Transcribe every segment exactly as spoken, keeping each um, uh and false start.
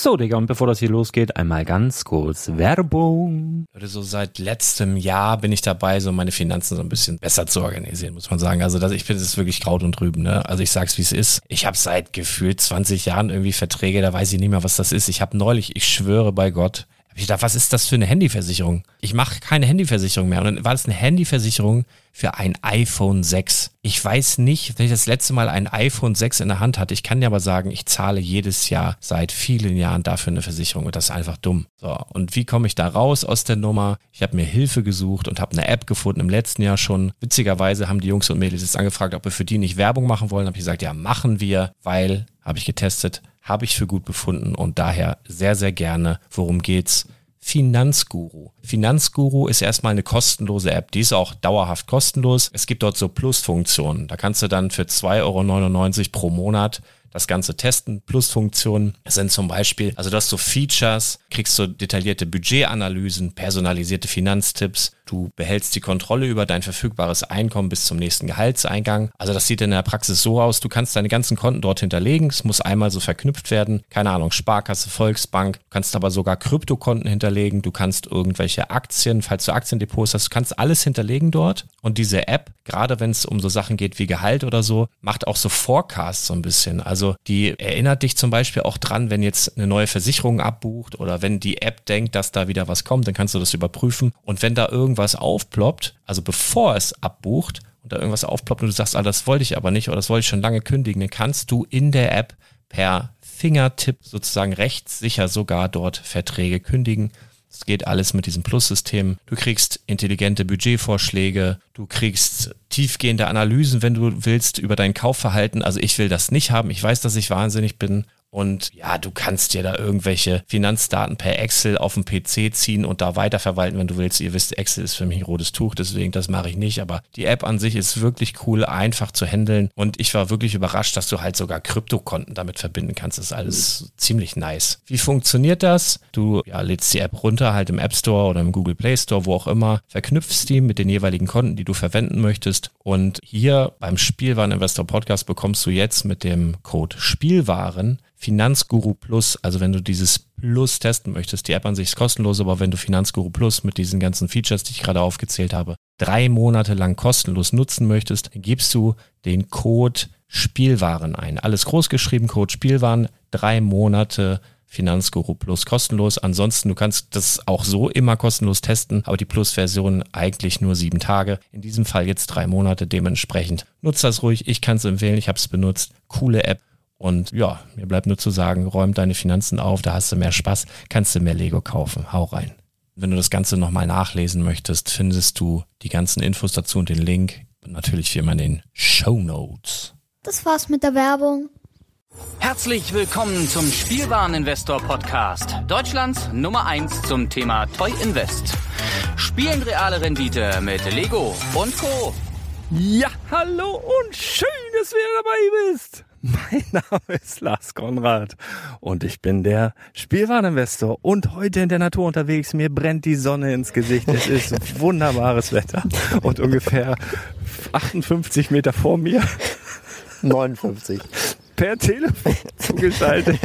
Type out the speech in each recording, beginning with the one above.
So, Digga, und bevor das hier losgeht, einmal ganz kurz Werbung. So seit letztem Jahr bin ich dabei, so meine Finanzen so ein bisschen besser zu organisieren, muss man sagen. Also das, ich finde, das ist wirklich Kraut und Rüben, ne? Also ich sag's, wie es ist. Ich habe seit gefühlt zwanzig Jahren irgendwie Verträge, da weiß ich nicht mehr, was das ist. Ich habe neulich, ich schwöre bei Gott, hab ich gedacht, was ist das für eine Handyversicherung? Ich mache keine Handyversicherung mehr. Und dann war das eine Handyversicherung für ein iPhone sechs. Ich weiß nicht, wenn ich das letzte Mal ein iPhone sechs in der Hand hatte. Ich kann dir aber sagen, ich zahle jedes Jahr seit vielen Jahren dafür eine Versicherung und das ist einfach dumm. So, und wie komme ich da raus aus der Nummer? Ich habe mir Hilfe gesucht und habe eine App gefunden im letzten Jahr schon. Witzigerweise haben die Jungs und Mädels jetzt angefragt, ob wir für die nicht Werbung machen wollen. Habe ich gesagt, ja, machen wir, weil, habe ich getestet, habe ich für gut befunden und daher sehr, sehr gerne. Worum geht's? Finanzguru. Finanzguru ist erstmal eine kostenlose App. Die ist auch dauerhaft kostenlos. Es gibt dort so Plusfunktionen. Da kannst du dann für zwei Euro neunundneunzig pro Monat das Ganze testen. Plusfunktionen sind zum Beispiel, also du hast so Features, kriegst so detaillierte Budgetanalysen, personalisierte Finanztipps. Du behältst die Kontrolle über dein verfügbares Einkommen bis zum nächsten Gehaltseingang. Also das sieht in der Praxis so aus, du kannst deine ganzen Konten dort hinterlegen. Es muss einmal so verknüpft werden. Keine Ahnung, Sparkasse, Volksbank. Du kannst aber sogar Kryptokonten hinterlegen. Du kannst irgendwelche Aktien, falls du Aktiendepots hast, du kannst alles hinterlegen dort. Und diese App, gerade wenn es um so Sachen geht wie Gehalt oder so, macht auch so Forecasts so ein bisschen. Also die erinnert dich zum Beispiel auch dran, wenn jetzt eine neue Versicherung abbucht oder wenn die App denkt, dass da wieder was kommt, dann kannst du das überprüfen. Und wenn da irgendwas was aufploppt, also bevor es abbucht und da irgendwas aufploppt und du sagst, ah, das wollte ich aber nicht oder das wollte ich schon lange kündigen, dann kannst du in der App per Fingertipp sozusagen rechtssicher sogar dort Verträge kündigen. Das geht alles mit diesem Plus-System. Du kriegst intelligente Budgetvorschläge, du kriegst tiefgehende Analysen, wenn du willst, über dein Kaufverhalten. Also ich will das nicht haben. Ich weiß, dass ich wahnsinnig bin. Und ja, du kannst dir da irgendwelche Finanzdaten per Excel auf dem P C ziehen und da weiterverwalten, wenn du willst. Ihr wisst, Excel ist für mich ein rotes Tuch, deswegen das mache ich nicht. Aber die App an sich ist wirklich cool, einfach zu handeln. Und ich war wirklich überrascht, dass du halt sogar Kryptokonten damit verbinden kannst. Das ist alles mhm. ziemlich nice. Wie funktioniert das? Du ja, lädst die App runter, halt im App Store oder im Google Play Store, wo auch immer. Verknüpfst die mit den jeweiligen Konten, die du verwenden möchtest. Und hier beim Spielwareninvestor Podcast bekommst du jetzt mit dem Code Spielwaren Finanzguru Plus, also wenn du dieses Plus testen möchtest, die App an sich ist kostenlos, aber wenn du Finanzguru Plus mit diesen ganzen Features, die ich gerade aufgezählt habe, drei Monate lang kostenlos nutzen möchtest, dann gibst du den Code Spielwaren ein. Alles groß geschrieben, Code Spielwaren, drei Monate Finanzguru Plus kostenlos. Ansonsten, du kannst das auch so immer kostenlos testen, aber die Plus-Version eigentlich nur sieben Tage. In diesem Fall jetzt drei Monate, dementsprechend nutzt das ruhig. Ich kann es empfehlen, ich habe es benutzt. Coole App. Und ja, mir bleibt nur zu sagen, räum deine Finanzen auf, da hast du mehr Spaß, kannst du mehr Lego kaufen. Hau rein. Wenn du das Ganze nochmal nachlesen möchtest, findest du die ganzen Infos dazu und den Link. Und natürlich wie immer in den Shownotes. Das war's mit der Werbung. Herzlich willkommen zum Spielwareninvestor Podcast. Deutschlands Nummer eins zum Thema Toy Invest. Spielen reale Rendite mit Lego und Co. Ja, hallo und schön, dass du wieder dabei bist. Mein Name ist Lars Konrad und ich bin der Spielwareninvestor und heute in der Natur unterwegs. Mir brennt die Sonne ins Gesicht. Es ist wunderbares Wetter und ungefähr achtundfünfzig Meter vor mir. neunundfünfzig. Per Telefon zugeschaltet.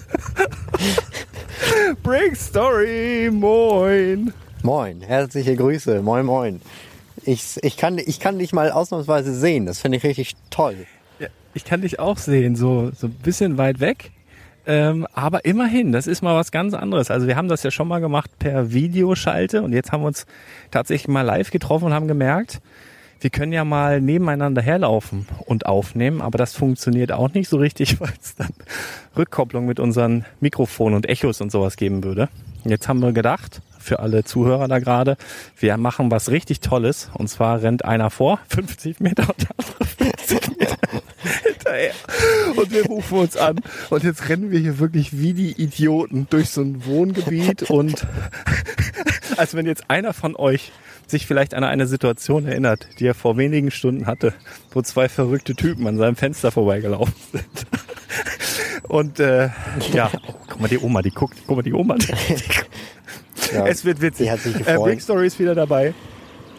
Break Story, moin. Moin, herzliche Grüße, moin moin. Ich, ich, kann, ich kann dich mal ausnahmsweise sehen, das finde ich richtig toll. Ja, ich kann dich auch sehen, so, so ein bisschen weit weg, ähm, aber immerhin, das ist mal was ganz anderes. Also wir haben das ja schon mal gemacht per Videoschalte und jetzt haben wir uns tatsächlich mal live getroffen und haben gemerkt, wir können ja mal nebeneinander herlaufen und aufnehmen, aber das funktioniert auch nicht so richtig, weil es dann Rückkopplung mit unseren Mikrofonen und Echos und sowas geben würde. Jetzt haben wir gedacht, für alle Zuhörer da gerade, wir machen was richtig Tolles und zwar rennt einer vor, fünfzig Meter und der andere fünfzig Meter hinterher und wir rufen uns an und jetzt rennen wir hier wirklich wie die Idioten durch so ein Wohngebiet und als wenn jetzt einer von euch sich vielleicht an eine Situation erinnert, die er vor wenigen Stunden hatte, wo zwei verrückte Typen an seinem Fenster vorbeigelaufen sind. Und äh, ja, oh, guck mal die Oma, die guckt, guck mal die Oma. Die, die, ja, es wird witzig. Die hat sich gefreut. Äh, Big Story ist wieder dabei.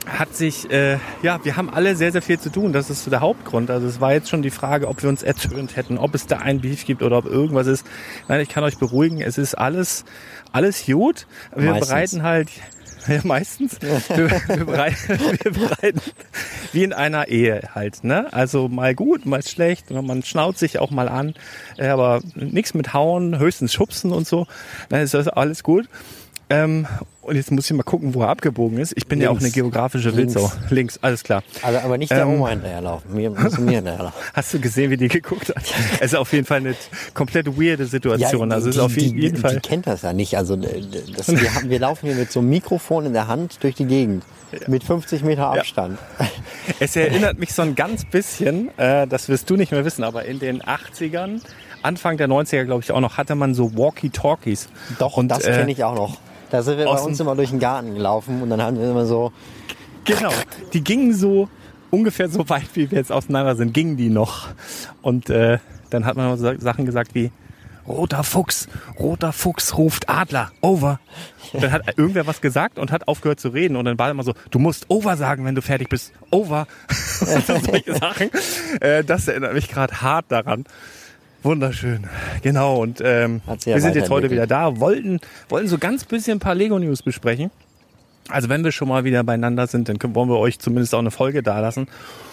hat sich, äh, ja, wir haben alle sehr, sehr viel zu tun. Das ist so der Hauptgrund. Also es war jetzt schon die Frage, ob wir uns ertönt hätten, ob es da ein Beef gibt oder ob irgendwas ist. Nein, ich kann euch beruhigen, es ist alles, alles gut. Wir Meistens. bereiten halt, ja, meistens, wir, wir, bereiten, wir bereiten wie in einer Ehe halt, ne? Also mal gut, mal schlecht, man schnauzt sich auch mal an, aber nichts mit Hauen, höchstens Schubsen und so. Dann ist das alles gut. Ähm, und jetzt muss ich mal gucken, wo er abgebogen ist. Ich bin Links. ja auch eine geografische Wildsau. Links. Links, alles klar. Also aber nicht der Ähm, Oma hinterherlaufen. Wir müssen mir hinterherlaufen. Hast du gesehen, wie die geguckt hat? Es ist auf jeden Fall eine komplett weirde Situation. Ja, also es ist die, auf jeden die, Fall. Die kennt das ja nicht. Also das, wir, haben, wir laufen hier mit so einem Mikrofon in der Hand durch die Gegend. Mit fünfzig Meter Abstand. Es erinnert mich so ein ganz bisschen, äh, das wirst du nicht mehr wissen, aber in den achtzigern, Anfang der neunziger, glaube ich auch noch, hatte man so Walkie-Talkies. Doch, und das äh, kenne ich auch noch. Da sind wir bei aus uns dem- immer durch den Garten gelaufen und dann haben wir immer so, Genau, die gingen so ungefähr so weit, wie wir jetzt auseinander sind, gingen die noch. Und äh, dann hat man so Sachen gesagt wie, roter Fuchs, roter Fuchs ruft Adler, over. Dann hat irgendwer was gesagt und hat aufgehört zu reden und dann war immer so, du musst over sagen, wenn du fertig bist, over. Solche Sachen. Äh, das erinnert mich gerade hart daran. Wunderschön, genau. Und ähm, Hat sich ja wir sind jetzt heute weiterentwickelt. wieder da, wollten, wollten so ganz bisschen ein paar Lego-News besprechen. Also wenn wir schon mal wieder beieinander sind, dann können, wollen wir euch zumindest auch eine Folge dalassen.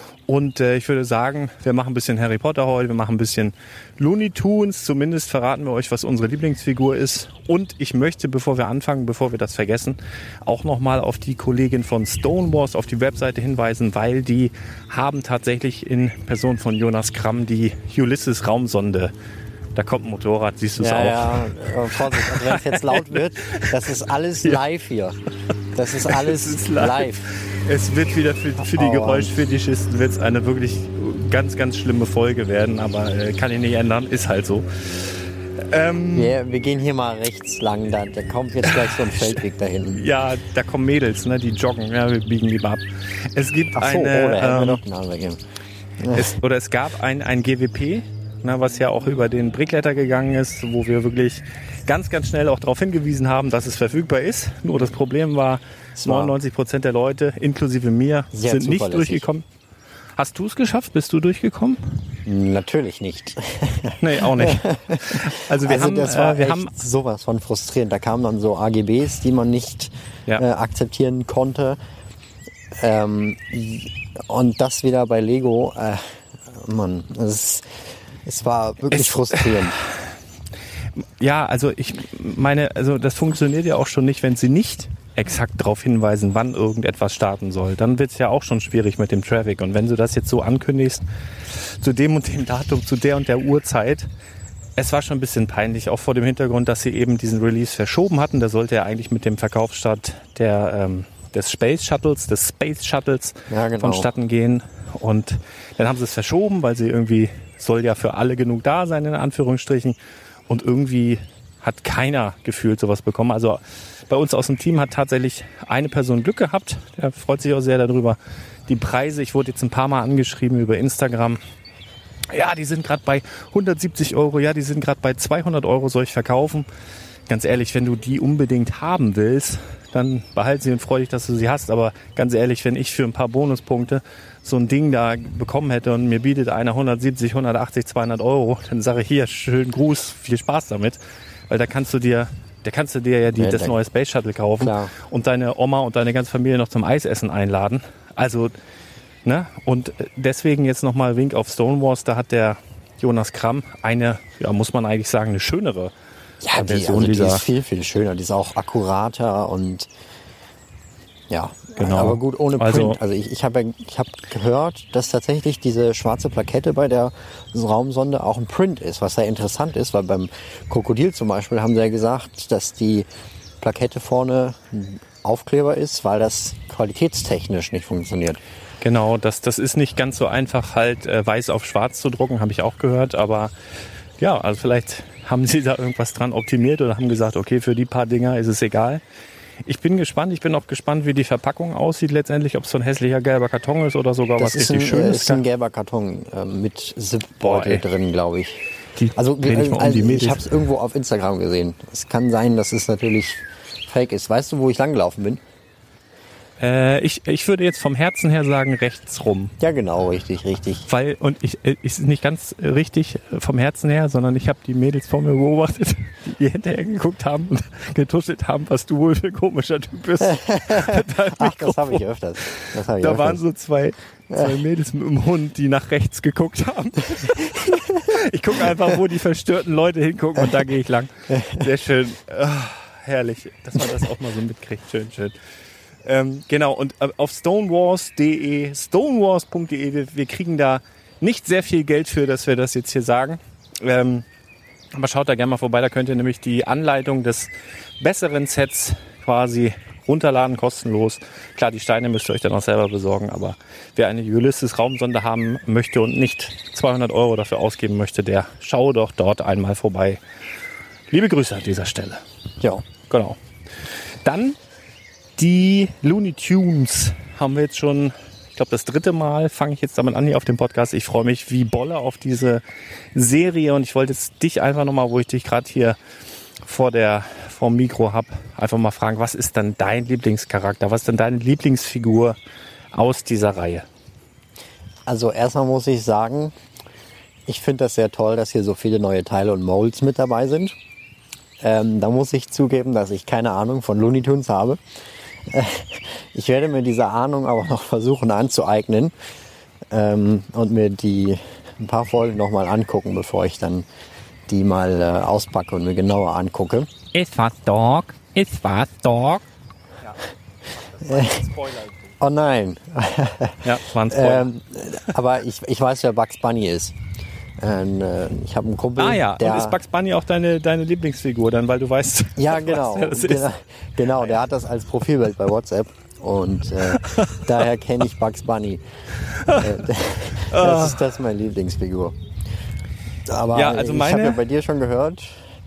Und äh, ich würde sagen, wir machen ein bisschen Harry Potter heute, wir machen ein bisschen Looney Tunes. Zumindest verraten wir euch, was unsere Lieblingsfigur ist. Und ich möchte, bevor wir anfangen, bevor wir das vergessen, auch nochmal auf die Kollegin von Stonewars auf die Webseite hinweisen, weil die haben tatsächlich in Person von Jonas Kramm die Ulysses-Raumsonde. Da kommt ein Motorrad, siehst du es ja, auch. ja, äh, Vorsicht, also wenn es jetzt laut wird, das ist alles live hier. Das ist alles Es ist live. live. Es wird wieder für, für die Oh. Geräuschfetischisten wird's eine wirklich ganz, ganz schlimme Folge werden, aber äh, kann ich nicht ändern, ist halt so. Ähm, Wir, wir gehen hier mal rechts lang, da, da kommt jetzt gleich so ein Feldweg dahin. ja, da kommen Mädels, ne, die joggen, ja, wir biegen lieber ab. Es gibt Ach so, eine, oh, da hätten wir ähm, doch den Namen weggeben. es, oder es gab ein, ein G W P, ne, was ja auch über den Brickletter gegangen ist, wo wir wirklich ganz, ganz schnell auch darauf hingewiesen haben, dass es verfügbar ist. Nur das Problem war, war- neunundneunzig Prozent der Leute, inklusive mir, Sehr sind nicht zuverlässig. durchgekommen. Hast du es geschafft? Bist du durchgekommen? Natürlich nicht. Nee, auch nicht. Also wir also haben, das war äh, wir echt haben sowas von frustrierend. Da kamen dann so A G Bs, die man nicht Ja. äh, akzeptieren konnte. Ähm, und das wieder bei Lego. Äh, Mann, es, es war wirklich Es- frustrierend. ja, also ich meine, also das funktioniert ja auch schon nicht, wenn sie nicht exakt darauf hinweisen, wann irgendetwas starten soll. Dann wird es ja auch schon schwierig mit dem Traffic. Und wenn du das jetzt so ankündigst, zu dem und dem Datum, zu der und der Uhrzeit, es war schon ein bisschen peinlich, auch vor dem Hintergrund, dass sie eben diesen Release verschoben hatten. Der sollte ja eigentlich mit dem Verkaufsstart der, ähm, des Space Shuttles, des Space Shuttles Ja, genau. vonstatten gehen. Und dann haben sie es verschoben, weil sie irgendwie, soll ja für alle genug da sein, in Anführungsstrichen. Und irgendwie hat keiner gefühlt sowas bekommen. Also bei uns aus dem Team hat tatsächlich eine Person Glück gehabt. Der freut sich auch sehr darüber. Die Preise, ich wurde jetzt ein paar Mal angeschrieben über Instagram. Ja, die sind gerade bei hundertsiebzig Euro. Ja, die sind gerade bei zweihundert Euro, soll ich verkaufen. Ganz ehrlich, wenn du die unbedingt haben willst, dann behalt sie und freu dich, dass du sie hast. Aber ganz ehrlich, wenn ich für ein paar Bonuspunkte so ein Ding da bekommen hätte und mir bietet einer hundertsiebzig, hundertachtzig, zweihundert Euro, dann sage ich hier, schönen Gruß, viel Spaß damit. Weil da kannst du dir, da kannst du dir ja die, Ja, das da- neue Space Shuttle kaufen Klar. und deine Oma und deine ganze Familie noch zum Eisessen einladen. Also, ne? Und deswegen jetzt nochmal Wink auf Stonewars, da hat der Jonas Kramm eine, ja, muss man eigentlich sagen, eine schönere Ja, die, Version also die dieser. ist viel, viel schöner. Die ist auch akkurater und ja, Genau. aber gut, ohne Print. Also- Also, ich, ich habe ich hab gehört, dass tatsächlich diese schwarze Plakette bei der Raumsonde auch ein Print ist, was sehr interessant ist, weil beim Krokodil zum Beispiel haben sie ja gesagt, dass die Plakette vorne ein Aufkleber ist, weil das qualitätstechnisch nicht funktioniert. Genau, das, das ist nicht ganz so einfach, halt äh, weiß auf schwarz zu drucken, habe ich auch gehört. Aber ja, also vielleicht haben sie da irgendwas dran optimiert oder haben gesagt, okay, für die paar Dinger ist es egal. Ich bin gespannt, ich bin auch gespannt, wie die Verpackung aussieht letztendlich, ob es so ein hässlicher gelber Karton ist oder sogar Das was ist ein, richtig äh, Schönes. ist ein gelber Karton äh, mit Boah, Zipbeutel ey. drin, glaube ich. Die Also, dreh dich mal um also die ich Mädels. habe es irgendwo auf Instagram gesehen. Es kann sein, dass es natürlich fake ist. Weißt du, wo ich langgelaufen bin? Äh, ich, ich würde jetzt vom Herzen her sagen, rechts rum. Ja, genau, richtig, richtig. Weil, und ich, äh, ist nicht ganz richtig vom Herzen her, sondern ich habe die Mädels vor mir beobachtet, die hinterher geguckt haben und getuschelt haben, was du wohl für ein komischer Typ bist. Ach, das habe ich öfters. Das hab ich da öfters. waren so zwei, zwei Mädels mit dem Hund, die nach rechts geguckt haben. Ich gucke einfach, wo die verstörten Leute hingucken und da gehe ich lang. Sehr schön. Oh, herrlich, dass man das auch mal so mitkriegt. Schön, schön. Ähm, genau, und auf stonewars punkt de, stonewars punkt de, wir, wir kriegen da nicht sehr viel Geld für, dass wir das jetzt hier sagen. Ähm, aber schaut da gerne mal vorbei, da könnt ihr nämlich die Anleitung des besseren Sets quasi runterladen, kostenlos. Klar, die Steine müsst ihr euch dann auch selber besorgen, aber wer eine Ulysses Raumsonde haben möchte und nicht zweihundert Euro dafür ausgeben möchte, der schaue doch dort einmal vorbei. Liebe Grüße an dieser Stelle. Ja. Genau. Dann die Looney Tunes haben wir jetzt schon, ich glaube das dritte Mal, fange ich jetzt damit an hier auf dem Podcast. Ich freue mich wie Bolle auf diese Serie und ich wollte jetzt dich einfach nochmal, wo ich dich gerade hier vor der vor dem Mikro habe, einfach mal fragen, was ist dann dein Lieblingscharakter? Was ist denn deine Lieblingsfigur aus dieser Reihe? Also erstmal muss ich sagen, ich finde das sehr toll, dass hier so viele neue Teile und Molds mit dabei sind. Ähm, da muss ich zugeben, dass ich keine Ahnung von Looney Tunes habe. Ich werde mir diese Ahnung aber noch versuchen anzueignen ähm, und mir die ein paar Folgen nochmal angucken, bevor ich dann die mal äh, auspacke und mir genauer angucke. It's fast dog, it's fast dog. Äh, oh nein. Ja, war ein Spoiler. ähm, aber ich, ich weiß, wer Bugs Bunny ist. Ähm, äh, ich habe einen Kumpel, Ah ja, der... und ist Bugs Bunny auch deine, deine Lieblingsfigur dann, weil du weißt... Ja, genau. was das ist. Genau, genau, der hat das als Profilbild bei WhatsApp und äh, daher kenne ich Bugs Bunny. Äh, das, ist, das ist meine Lieblingsfigur. Aber Ja, also ich meine- habe ja bei dir schon gehört,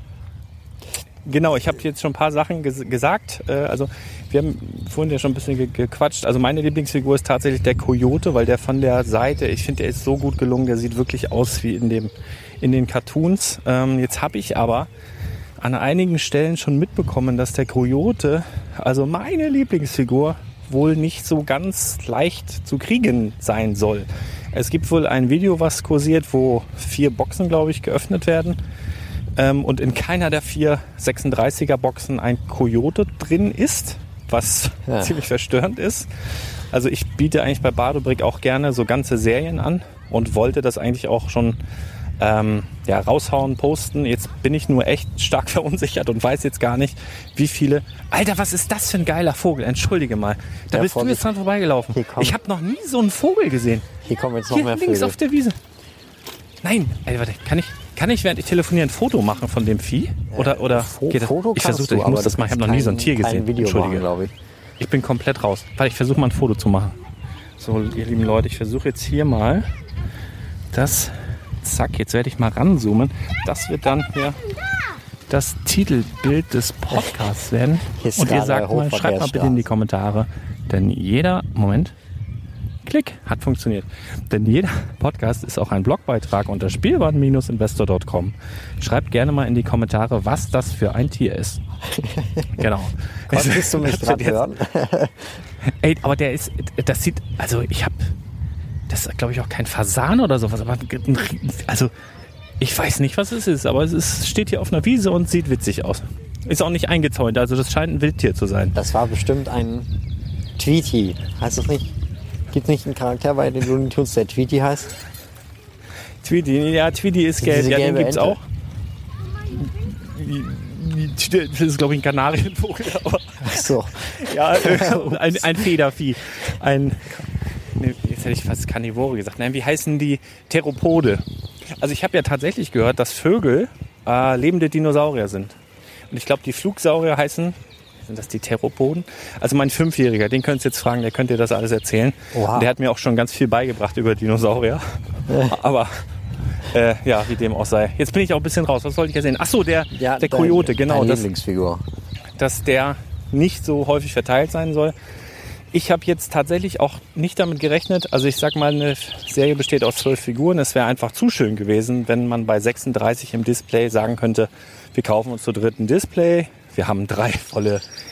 Genau, ich habe jetzt schon ein paar Sachen ges- gesagt. Äh, also wir haben vorhin ja schon ein bisschen ge- gequatscht. Also meine Lieblingsfigur ist tatsächlich der Coyote, weil der von der Seite, ich finde, der ist so gut gelungen, der sieht wirklich aus wie in dem in den Cartoons. Ähm, jetzt habe ich aber an einigen Stellen schon mitbekommen, dass der Coyote, also meine Lieblingsfigur, wohl nicht so ganz leicht zu kriegen sein soll. Es gibt wohl ein Video, was kursiert, wo vier Boxen, glaube ich, geöffnet werden. Ähm, und in keiner der vier sechsunddreißiger Boxen ein Coyote drin ist, was Ja. ziemlich verstörend ist. Also ich biete eigentlich bei Badobrick auch gerne so ganze Serien an und wollte das eigentlich auch schon ähm, ja, raushauen, posten. Jetzt bin ich nur echt stark verunsichert und weiß jetzt gar nicht, wie viele... Alter, was ist das für ein geiler Vogel? Entschuldige mal. Da Ja, bist du Vorsicht. jetzt dran vorbeigelaufen. Hier, komm. Ich habe noch nie so einen Vogel gesehen. hier kommen jetzt noch Hier mehr links Vögel. auf der Wiese. Nein, ey, warte, kann ich, kann ich während ich telefoniere ein Foto machen von dem Vieh? Oder, oder Fo- geht das? Foto Ich kannst versuche, du, ich muss aber das du machen. Ich habe kannst noch nie so ein kein- Tier kein gesehen. Video Entschuldige. machen, glaube ich. Ich bin komplett raus. Warte, ich versuche mal ein Foto zu machen. So, ihr lieben Leute, ich versuche jetzt hier mal das. Zack, jetzt werde ich mal ranzoomen. Das wird dann hier das Titelbild des Podcasts werden. Hier ist Und ihr gerade sagt mal, schreibt mal bitte in die Kommentare. Denn jeder, Moment, Klick, hat funktioniert. Denn jeder Podcast ist auch ein Blogbeitrag unter spielwaren Bindestrich investor Punkt com. Schreibt gerne mal in die Kommentare, was das für ein Tier ist. Genau. Konntest du mich Das gerade wird hören? Ey, aber der ist, das sieht, also ich habe, das ist glaube ich auch kein Fasan oder sowas, aber ein, also ich weiß nicht, was es ist, aber es ist, steht hier auf einer Wiese und sieht witzig aus. Ist auch nicht eingezäunt, also das scheint ein Wildtier zu sein. Das war bestimmt ein Tweety. Heißt das nicht? Gibt es nicht einen Charakter bei den Looney Tunes, der Tweety heißt? Tweety, ja, Tweety ist gelb, Diese ja, den gelbe gibt's Ente. auch. Das ist glaube ich ein Kanarienvogel, aber Ach so. ja, ein, ein Federvieh. Ein, nee, jetzt hätte ich fast Karnivore gesagt. Nein, wie heißen die? Theropode. Also ich habe ja tatsächlich gehört, dass Vögel äh, lebende Dinosaurier sind. Und ich glaube, die Flugsaurier heißen, sind das die Theropoden? Also mein Fünfjähriger, den könnt ihr jetzt fragen, der könnte dir das alles erzählen. Oha. Und der hat mir auch schon ganz viel beigebracht über Dinosaurier. Aber äh, ja, wie dem auch sei. Jetzt bin ich auch ein bisschen raus. Was wollte ich erzählen? Ach so, der, Ja, der dein- Coyote, genau. Deine Das, Lieblingsfigur. dass der nicht so häufig verteilt sein soll. Ich habe jetzt tatsächlich auch nicht damit gerechnet. Also ich sag mal, eine Serie besteht aus zwölf Figuren. Es wäre einfach zu schön gewesen, wenn man bei sechsunddreißig im Display sagen könnte, wir kaufen uns zu dritt ein Display. Wir haben drei volle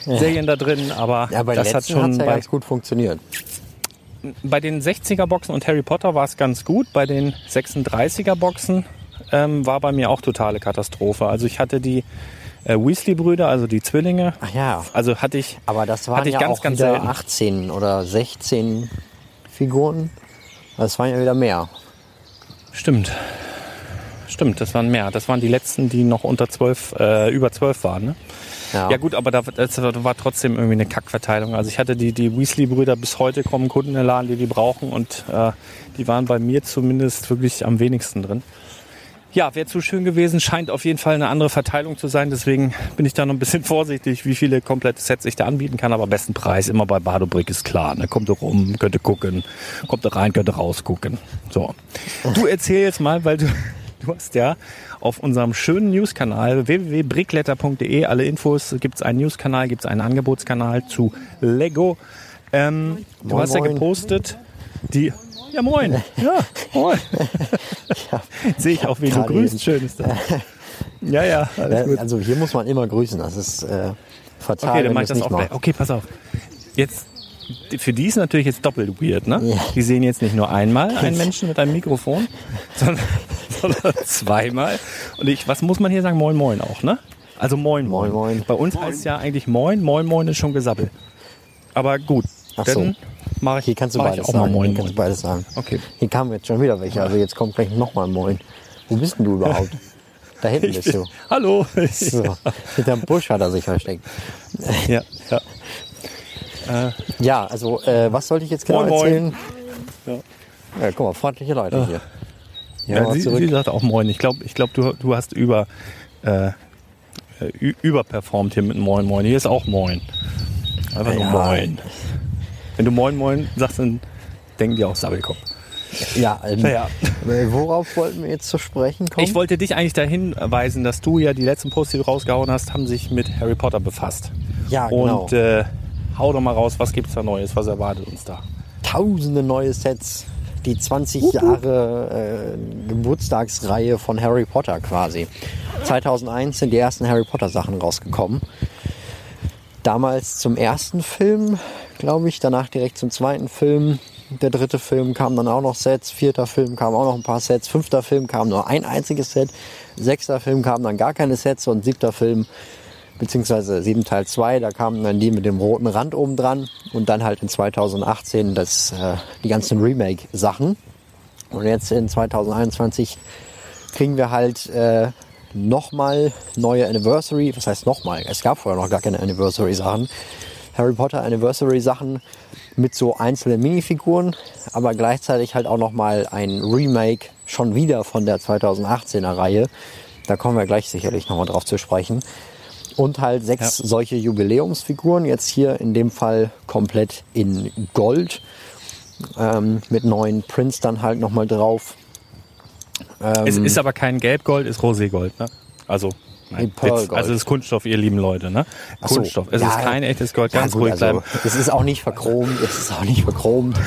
Serien da drin, aber Ja, bei das hat letzten schon hat's ja bei, ganz gut funktioniert. bei den sechziger Boxen und Harry Potter war es ganz gut. Bei den sechsunddreißiger Boxen ähm, war bei mir auch totale Katastrophe. Also ich hatte die äh, Weasley-Brüder, also die Zwillinge. Ach ja, Also hatte ich, aber das waren hatte ich ja ganz, auch ganz wieder selten. achtzehn oder sechzehn Figuren. Das waren ja wieder mehr. Stimmt. Stimmt, das waren mehr. Das waren die letzten, die noch unter zwölf, äh, über zwölf waren. Ne? Ja. Ja gut, aber da, das war trotzdem irgendwie eine Kackverteilung. Also ich hatte die, die Weasley-Brüder, bis heute kommen Kunden in den Laden, die die brauchen und äh, die waren bei mir zumindest wirklich am wenigsten drin. Ja, wäre zu schön gewesen, scheint auf jeden Fall eine andere Verteilung zu sein, deswegen bin ich da noch ein bisschen vorsichtig, wie viele komplette Sets ich da anbieten kann, aber besten Preis immer bei Bardo-Brick ist klar, ne? Kommt ihr rum, könnt ihr gucken, kommt ihr rein, könnt ihr rausgucken. So, du erzähl jetzt mal, weil du, du hast ja auf unserem schönen News-Kanal w w w punkt brickletter punkt de alle Infos, gibt es einen News-Kanal, gibt es einen Angebotskanal zu Lego. Ähm, du Moin, hast ja moin. gepostet, die... Ja, moin. Ja, moin. Ja. Sehe ich auch, wie du Gerade grüßt. eben. Schön ist das. Ja, ja, alles gut. Also hier muss man immer grüßen. Das ist äh, fatal, Okay, dann wenn mach du ich es das nicht auch gleich. machst. Okay, pass auf. Jetzt, für die ist natürlich jetzt doppelt weird, ne? Ja. Die sehen jetzt nicht nur einmal einen Menschen mit einem Mikrofon, sondern, sondern zweimal. Und ich, was muss man hier sagen? Moin, moin auch, ne? Also moin, moin. Moin, moin. Bei uns heißt ja eigentlich moin, moin, moin ist schon Gesabbel. Aber gut, Ach so. dann mache ich, Hier kannst du mach ich beides auch sagen. mal moin, Hier kannst du moin. beides sagen. Okay. Hier kamen jetzt schon wieder welche. Also jetzt kommt gleich nochmal Moin. Wo bist denn du überhaupt? Da hinten bist du. Hallo. So. Hinterm Busch hat er sich versteckt. Ja, ja. Ja, also äh, was sollte ich jetzt genau Moin, moin. erzählen? Ja. Ja, guck mal, freundliche Leute hier. Ja, Ja, mal sie, zurück. sie sagt auch moin. Ich glaube, ich glaub, du, du hast über, äh, ü- überperformt hier mit moin moin. Hier ist auch moin. Einfach nur Ja. moin. Wenn du moin moin sagst, dann denken die auch Sabbelkopf. Ja, ähm, Naja. äh, worauf wollten wir jetzt zu sprechen kommen? Ich wollte dich eigentlich dahin weisen, dass du ja die letzten Posts, die du rausgehauen hast, haben sich mit Harry Potter befasst. ja, genau. Und äh, hau doch mal raus, was gibt's da Neues? Was erwartet uns da? Tausende neue Sets. Die zwanzig Jahre äh, Geburtstagsreihe von Harry Potter quasi. zweitausendeins sind die ersten Harry Potter Sachen rausgekommen. Damals zum ersten Film, glaube ich, danach direkt zum zweiten Film. Der dritte Film kam dann auch noch Sets, vierter Film kam auch noch ein paar Sets, fünfter Film kam nur ein einziges Set, sechster Film kam dann gar keine Sets und siebter Film, beziehungsweise sieben Teil zwei, da kamen dann die mit dem roten Rand oben dran und dann halt in zweitausendachtzehn das, äh, die ganzen Remake-Sachen. Und jetzt in zweitausendeinundzwanzig kriegen wir halt äh, nochmal neue Anniversary, was heißt nochmal? Es gab vorher noch gar keine Anniversary-Sachen. Harry Potter Anniversary-Sachen mit so einzelnen Minifiguren, aber gleichzeitig halt auch nochmal ein Remake schon wieder von der zweitausendachtzehner Reihe. Da kommen wir gleich sicherlich nochmal drauf zu sprechen. Und halt sechs Ja. solche Jubiläumsfiguren, jetzt hier in dem Fall komplett in Gold, ähm, mit neuen Prints dann halt nochmal drauf. Ähm, Es ist aber kein Gelbgold, ist Roségold, ne? Also, Nee, nein, Pearlgold. Witz. Also es ist Kunststoff, ihr lieben Leute, ne? Ach so, Kunststoff. Es ja, ist kein echtes Gold, ja, ganz gut, ruhig also, bleiben. es ist auch nicht verchromt, es ist auch nicht verchromt.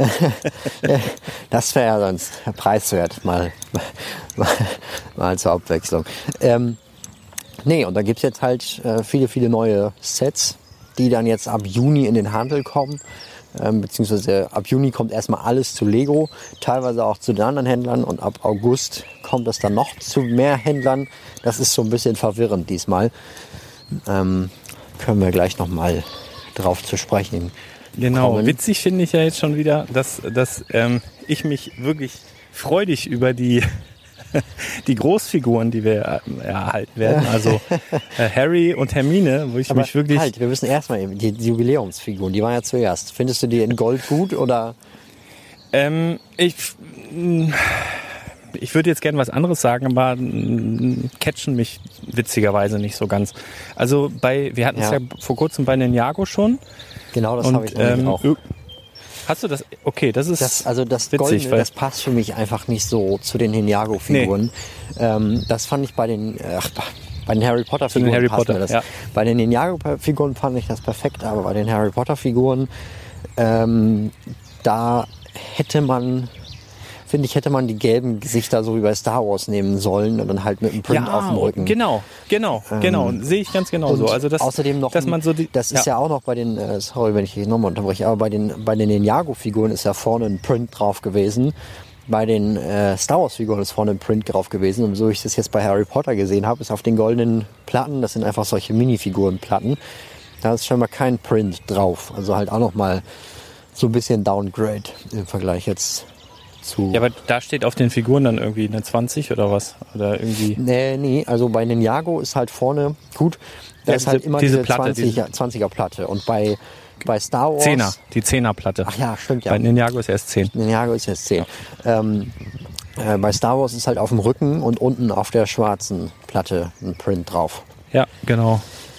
Das wäre ja sonst preiswert, mal, mal, mal zur Abwechslung. Ähm, nee, und da gibt's jetzt halt äh, viele, viele neue Sets, die dann jetzt ab Juni in den Handel kommen. Ähm, beziehungsweise ab Juni kommt erstmal alles zu Lego, teilweise auch zu den anderen Händlern und ab August kommt es dann noch zu mehr Händlern. Das ist so ein bisschen verwirrend diesmal. Ähm, können wir gleich nochmal drauf zu sprechen Genau, kommen. witzig finde ich ja jetzt schon wieder, dass, dass ähm, ich mich wirklich freudig über die, die Großfiguren, die wir äh, erhalten werden, also äh, Harry und Hermine, wo ich Aber mich wirklich... halt, wir müssen erstmal eben, die, die Jubiläumsfiguren, die waren ja zuerst. Findest du die in Gold gut oder? Ähm, ich mh, ich würde jetzt gerne was anderes sagen, aber mh, catchen mich witzigerweise nicht so ganz. Also bei, wir hatten es ja. Ja. vor kurzem bei Ninjago schon. Genau, das Und, habe ich nämlich ähm, auch. ir- Hast du das? Okay, das ist Das, also das witzig, Goldene, weil das passt für mich einfach nicht so zu den Ninjago-Figuren. Ähm, das fand ich bei den, ach, bei den Harry Potter-Figuren Harry passt Potter, mir das. ja. Bei den Ninjago-Figuren fand ich das perfekt, aber bei den Harry Potter-Figuren, ähm, da hätte man finde ich, hätte man die gelben Gesichter so wie bei Star Wars nehmen sollen und dann halt mit einem Print ja, auf dem Rücken. Genau, genau, Ähm, genau. Sehe ich ganz genau so. Also das, außerdem noch, dass man so die, das ist ja. ja auch noch bei den, äh, sorry, wenn ich hier nochmal unterbreche, aber bei den, bei den Ninjago-Figuren ist ja vorne ein Print drauf gewesen. Bei den äh, Star Wars-Figuren ist vorne ein Print drauf gewesen. Und so ich das jetzt bei Harry Potter gesehen habe, ist auf den goldenen Platten, das sind einfach solche Minifigurenplatten, da ist schon mal kein Print drauf. Also halt auch nochmal so ein bisschen Downgrade im Vergleich jetzt zu... Ja, aber da steht auf den Figuren dann irgendwie eine zwanzig oder was? Oder irgendwie... Nee, nee, also bei Ninjago ist halt vorne, gut, da Ja, ist halt diese- immer diese diese, Platte, zwanziger, zwanziger Platte. Und bei, bei Star Wars... Zehner, die Zehnerplatte. Ach ja, stimmt ja. Bei Ninjago ist erst zehn. Ninjago ist jetzt zehn. Ähm, äh, bei Star Wars ist halt auf dem Rücken und unten auf der schwarzen Platte ein Print drauf. Ja, genau.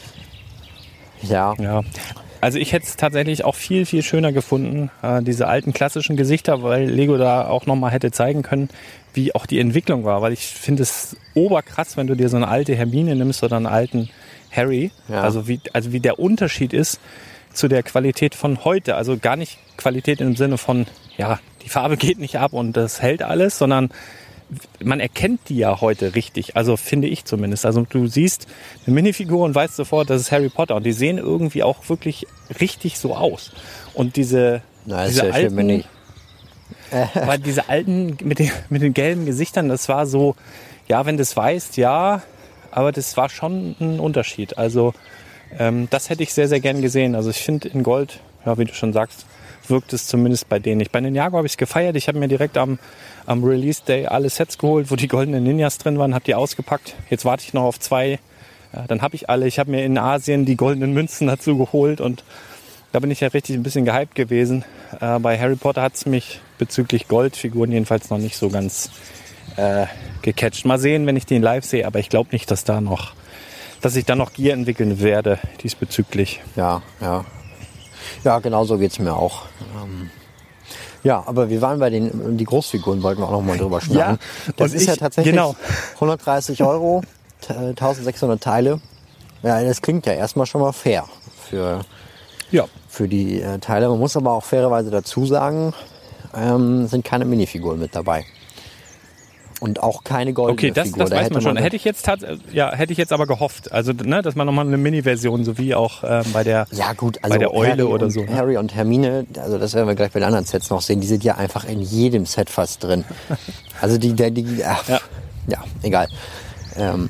Ja, Ja. Also ich hätte es tatsächlich auch viel, viel schöner gefunden, äh, diese alten klassischen Gesichter, weil Lego da auch nochmal hätte zeigen können, wie auch die Entwicklung war. Weil ich finde es oberkrass, wenn du dir so eine alte Hermine nimmst oder einen alten Harry. Ja. Also wie, also wie der Unterschied ist zu der Qualität von heute. Also gar nicht Qualität im Sinne von, ja, die Farbe geht nicht ab und das hält alles, sondern man erkennt die ja heute richtig, also finde ich zumindest. Also du siehst eine Minifigur und weißt sofort, das ist Harry Potter. Und die sehen irgendwie auch wirklich richtig so aus. Und diese, na, ist diese ja schön, wenn alten, ich. weil diese alten mit den, mit den gelben Gesichtern, das war so, ja, wenn du es weißt, ja, aber das war schon ein Unterschied. Also ähm, das hätte ich sehr, sehr gern gesehen. Also ich finde in Gold, ja, wie du schon sagst, wirkt es zumindest bei denen nicht. Bei Ninjago habe ich es gefeiert. Ich habe mir direkt am, am Release Day alle Sets geholt, wo die goldenen Ninjas drin waren, habe die ausgepackt. Jetzt warte ich noch auf zwei. Ja, dann habe ich alle. Ich habe mir in Asien die goldenen Münzen dazu geholt und da bin ich ja richtig ein bisschen gehypt gewesen. Äh, bei Harry Potter hat es mich bezüglich Goldfiguren jedenfalls noch nicht so ganz äh, gecatcht. Mal sehen, wenn ich den live sehe, aber ich glaube nicht, dass da noch, dass ich da noch Gier entwickeln werde diesbezüglich. Ja, ja. Ja, genau so geht's mir auch. Ähm, ja, aber wir waren bei den, die Großfiguren wollten wir auch noch mal drüber schnacken. Ja, das und ist ich- ja tatsächlich genau. hundertdreißig Euro, t- eintausendsechshundert Teile. Ja, das klingt ja erstmal schon mal fair für, Ja. für die äh, Teile. Man muss aber auch fairerweise dazu sagen, ähm, sind keine Minifiguren mit dabei. Und auch keine goldene Okay, das, Figur. das Da weiß hätte man schon. man- Hätte ich jetzt tats- ja, hätte ich jetzt aber gehofft. Also, ne, dass man nochmal eine Mini-Version, so wie auch ähm, bei der, Ja gut, also bei der Eule Harry oder und, so. Ne? Harry und Hermine, also das werden wir gleich bei den anderen Sets noch sehen, die sind ja einfach in jedem Set fast drin. Also die, die, die ach, Ja. ja. egal. Ähm,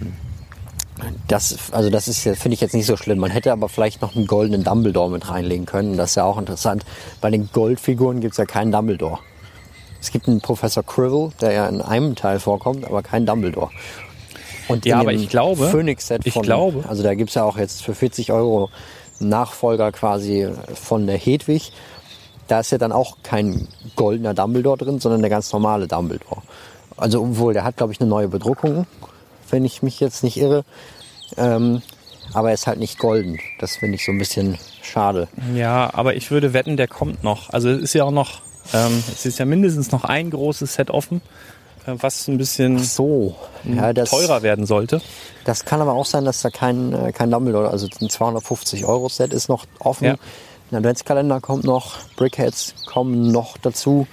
das, also das ist, finde ich jetzt nicht so schlimm. Man hätte aber vielleicht noch einen goldenen Dumbledore mit reinlegen können. Das ist ja auch interessant. Bei den Goldfiguren gibt's ja keinen Dumbledore. Es gibt einen Professor Quirrell, der ja in einem Teil vorkommt, aber keinen Dumbledore. Und Ja, in aber dem ich glaube- Phoenix-Set ich von, glaube- also da gibt's ja auch jetzt für vierzig Euro einen Nachfolger quasi von der Hedwig. Da ist ja dann auch kein goldener Dumbledore drin, sondern der ganz normale Dumbledore. Also obwohl, der hat, glaube ich, eine neue Bedruckung, wenn ich mich jetzt nicht irre. Ähm, aber er ist halt nicht golden. Das finde ich so ein bisschen schade. Ja, aber ich würde wetten, der kommt noch. Also es ist ja auch noch, ähm, es ist ja mindestens noch ein großes Set offen, äh, was ein bisschen So, ja, das, teurer werden sollte. das kann aber auch sein, dass da kein, äh, kein Dumbledore, also ein zweihundertfünfzig Euro Set ist noch offen. Ja. Ein Adventskalender kommt noch, Brickheads kommen noch dazu.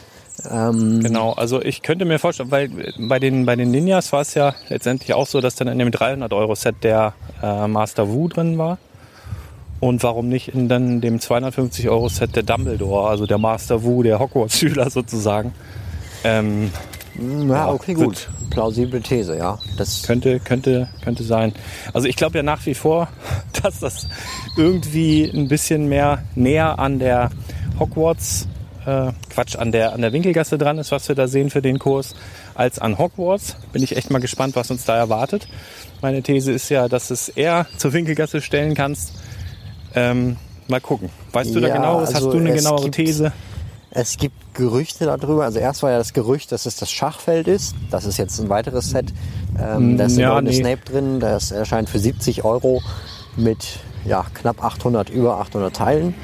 Ähm, Genau, also ich könnte mir vorstellen, weil bei den, bei den Ninjas war es ja letztendlich auch so, dass dann in dem dreihundert Euro Set der äh, Master Wu drin war. Und warum nicht in dann dem zweihundertfünfzig Euro Set der Dumbledore, also der Master Wu, der Hogwarts-Schüler sozusagen. Ähm, ja, Ja, okay, gut. gut. Plausible These, ja. Das, könnte, könnte, könnte sein. Also ich glaube ja nach wie vor, dass das irgendwie ein bisschen mehr näher an der Hogwarts, äh, Quatsch, an der, an der Winkelgasse dran ist, was wir da sehen für den Kurs, als an Hogwarts. Bin ich echt mal gespannt, was uns da erwartet. Meine These ist ja, dass es eher zur Winkelgasse stellen kannst. Ähm, mal gucken. Weißt du da Ja, genaueres? also Hast du eine es genauere gibt- These? Es gibt Gerüchte darüber. Also erst war ja das Gerücht, dass es das Schachfeld ist. Das ist jetzt ein weiteres Set. Ähm, da ist der ja, goldene nee. Snape drin. Das erscheint für siebzig Euro mit ja, knapp achthundert, über achthundert Teilen.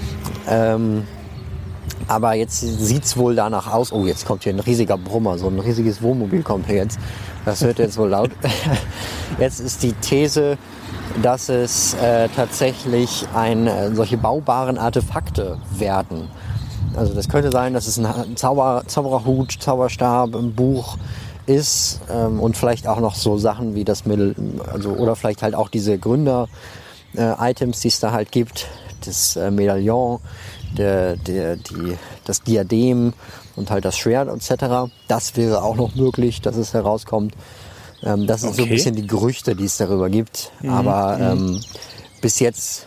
Ähm, aber jetzt sieht's wohl danach aus. Oh, jetzt kommt hier ein riesiger Brummer. So ein riesiges Wohnmobil kommt hier jetzt. Das wird jetzt wohl laut. Jetzt ist die These, dass es äh, tatsächlich ein, äh, solche baubaren Artefakte werden. Also das könnte sein, dass es ein Zauber, Zaubererhut, Zauberstab, ein Buch ist ähm, und vielleicht auch noch so Sachen wie das Mittel, also oder vielleicht halt auch diese Gründer-Items, äh, die es da halt gibt, das äh, Medaillon, der, der, die, das Diadem und halt das Schwert et cetera. Das wäre auch noch möglich, dass es herauskommt. Ähm, das sind Okay. so ein bisschen die Gerüchte, die es darüber gibt. Mhm. Aber ähm, bis jetzt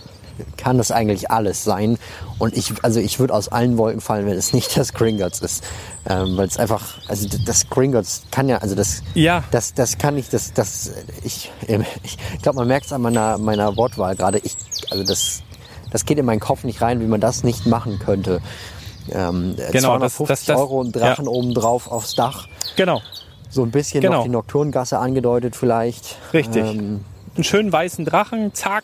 kann das eigentlich alles sein. Und ich, also ich würde aus allen Wolken fallen, wenn es nicht das Gringotts ist. Ähm, weil es einfach, also das Gringotts kann ja, also das, Ja. das, das kann ich, das, das, ich, ich glaube, man merkt es an meiner, meiner Wortwahl gerade. Ich, also das, das geht in meinen Kopf nicht rein, wie man das nicht machen könnte. Ähm, Genau, das- zweihundertfünfzig das- das- Euro und Drachen ja. obendrauf aufs Dach. Genau, So ein bisschen Genau. noch die Nocturngasse angedeutet vielleicht. richtig. Ähm, Einen schönen weißen Drachen, zack.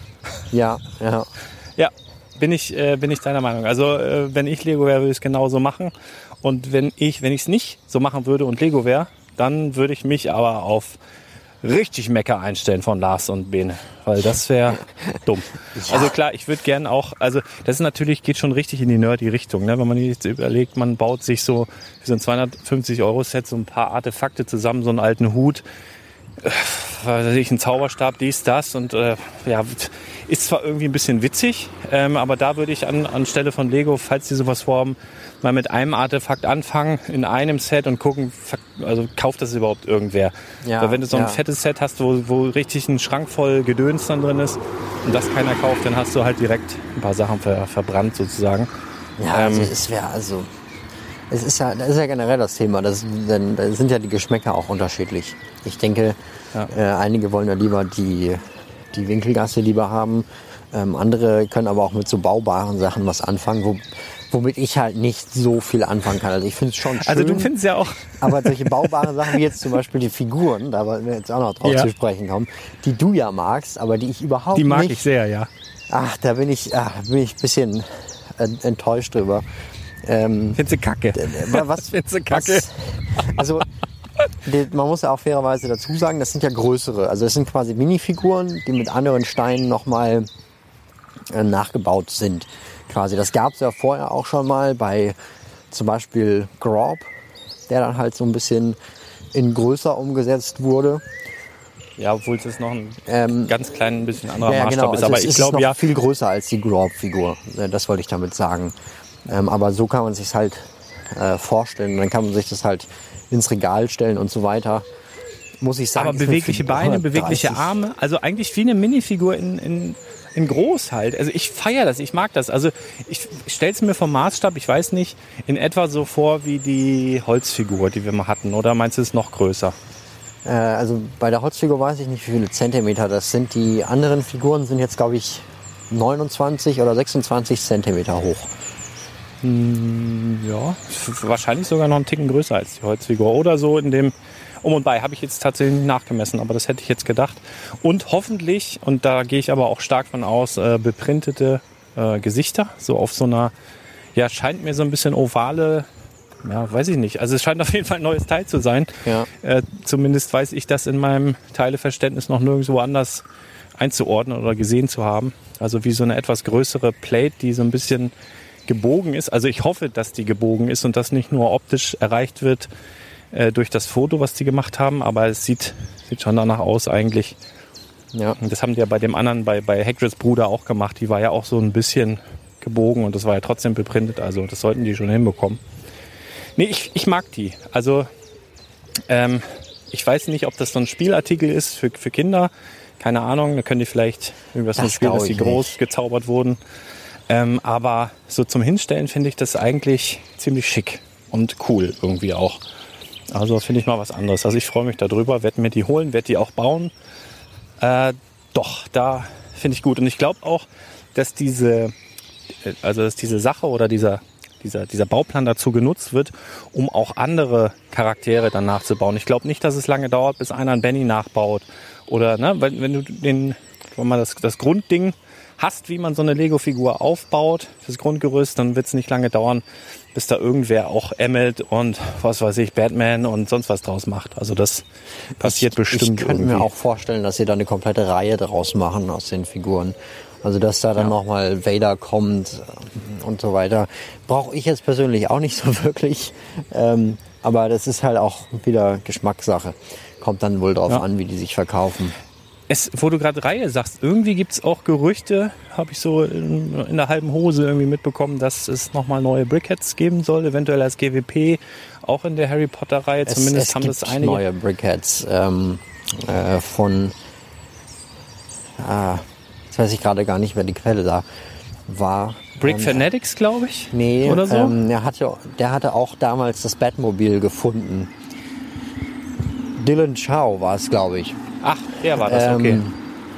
ja, ja. Ja, bin ich, äh, bin ich deiner Meinung. Also äh, wenn ich Lego wäre, würde ich es genauso machen. Und wenn ich, wenn ich es nicht so machen würde und Lego wäre, dann würde ich mich aber auf richtig Mecker einstellen von Lars und Bene, weil das wäre dumm. Also klar, ich würde gern auch, also das ist natürlich, geht schon richtig in die nerdy Richtung, ne? Wenn man jetzt überlegt, man baut sich so für so ein zweihundertfünfzig Euro Set so ein paar Artefakte zusammen, so einen alten Hut, äh, was weiß ich, ein Zauberstab, dies, das und äh, ja, ist zwar irgendwie ein bisschen witzig, ähm, aber da würde ich an anstelle von Lego, falls die sowas vorhaben, mal mit einem Artefakt anfangen, in einem Set und gucken, also kauft das überhaupt irgendwer. Ja, Weil wenn du so ein ja. fettes Set hast, wo, wo richtig ein Schrank voll Gedöns dann drin ist und das keiner kauft, dann hast du halt direkt ein paar Sachen ver, verbrannt sozusagen. Ja, also Ähm, es wäre also, es ist ja, das ist ja generell das Thema. Das, denn, da sind ja die Geschmäcker auch unterschiedlich. Ich denke, Ja. äh, einige wollen ja lieber die, die Winkelgasse lieber haben. Ähm, andere können aber auch mit so baubaren Sachen was anfangen, wo, womit ich halt nicht so viel anfangen kann. Also ich finde es schon schön. Also du findest ja auch, Aber solche baubare Sachen wie jetzt zum Beispiel die Figuren, da wollen wir jetzt auch noch drauf Ja. zu sprechen kommen, die du ja magst, aber die ich überhaupt die mag nicht. ich sehr, ja. Ach, da bin ich, ach, bin ich ein bisschen ent- enttäuscht drüber. Ähm, Findest du kacke? wa- was, Findest du kacke? was, also die, man muss ja auch fairerweise dazu sagen, das sind ja größere. Also es sind quasi Minifiguren, die mit anderen Steinen nochmal äh, nachgebaut sind. Quasi. Das gab es ja vorher auch schon mal bei zum Beispiel Grob, der dann halt so ein bisschen in größer umgesetzt wurde. Ja, obwohl es jetzt noch ein Ähm, ganz klein bisschen anderer ja, Maßstab genau. ist. Also Aber es ich ist glaube noch ja, viel größer als die Grob-Figur. Äh, Das wollte ich damit sagen. Ähm, aber so kann man sich halt äh, vorstellen. Dann kann man sich das halt ins Regal stellen und so weiter. Muss ich sagen. aber ist eine bewegliche Figur Beine, bewegliche dreißig. Arme, also eigentlich wie eine Minifigur in, in, in groß halt. Also ich feiere das, ich mag das. Also ich stelle es mir vom Maßstab, ich weiß nicht, in etwa so vor wie die Holzfigur, die wir mal hatten. Oder meinst du es noch größer? Äh, also bei der Holzfigur weiß ich nicht, wie viele Zentimeter das sind. Die anderen Figuren sind jetzt, glaube ich, neunundzwanzig oder sechsundzwanzig Zentimeter hoch. Ja, wahrscheinlich sogar noch einen Ticken größer als die Holzfigur. Oder so in dem Um und Bei habe ich jetzt tatsächlich nicht nachgemessen, aber das hätte ich jetzt gedacht. Und hoffentlich, und da gehe ich aber auch stark von aus, äh, beprintete äh, Gesichter, so auf so einer, ja, scheint mir so ein bisschen ovale, ja, weiß ich nicht. Also es scheint auf jeden Fall ein neues Teil zu sein. Ja. Äh, zumindest weiß ich das in meinem Teileverständnis noch nirgendwo anders einzuordnen oder gesehen zu haben. Also wie so eine etwas größere Plate, die so ein bisschen gebogen ist. Also ich hoffe, dass die gebogen ist und das nicht nur optisch erreicht wird äh, durch das Foto, was die gemacht haben, aber es sieht, sieht schon danach aus eigentlich. Ja. Und das haben die ja bei dem anderen, bei, bei Hagrids Bruder auch gemacht. Die war ja auch so ein bisschen gebogen und das war ja trotzdem beprintet. Also das sollten die schon hinbekommen. Nee, ich, ich mag die. Also ähm, ich weiß nicht, ob das so ein Spielartikel ist für, für Kinder. Keine Ahnung, da können die vielleicht irgendwas Das mit spielen, dass glaub die ich groß nicht. gezaubert wurden. Ähm, aber so zum Hinstellen finde ich das eigentlich ziemlich schick und cool irgendwie auch. Also finde ich mal was anderes. Also ich freue mich darüber, werde mir die holen, werde die auch bauen. Äh, doch, da finde ich gut. Und ich glaube auch, dass diese, also dass diese Sache oder dieser, dieser, dieser Bauplan dazu genutzt wird, um auch andere Charaktere dann nachzubauen. Ich glaube nicht, dass es lange dauert, bis einer einen Benny nachbaut. Oder ne, wenn, wenn du den, wenn man das, das Grundding hast, wie man so eine Lego-Figur aufbaut, das Grundgerüst, dann wird es nicht lange dauern, bis da irgendwer auch Emmett und was weiß ich, Batman und sonst was draus macht. Also das passiert bestimmt Ich könnte irgendwie. mir auch vorstellen, dass sie da eine komplette Reihe draus machen aus den Figuren. Also dass da dann Ja. nochmal Vader kommt und so weiter, brauche ich jetzt persönlich auch nicht so wirklich. Ähm, aber das ist halt auch wieder Geschmackssache. Kommt dann wohl drauf Ja. an, wie die sich verkaufen. Es, wo du gerade Reihe sagst, irgendwie gibt's auch Gerüchte, habe ich so in, in der halben Hose irgendwie mitbekommen, dass es nochmal neue Brickheads geben soll, eventuell als G W P, auch in der Harry Potter-Reihe. Es, Zumindest es haben gibt das einige. neue Brickheads ähm, äh, von, ah, jetzt weiß ich gerade gar nicht, wer die Quelle da war. Brick Ähm, Fanatics, glaube ich. Nee, oder so. ähm, der, hatte, der hatte auch damals das Batmobil gefunden. Dylan Chow war es, glaube ich. Ach, der war das, okay. Ähm,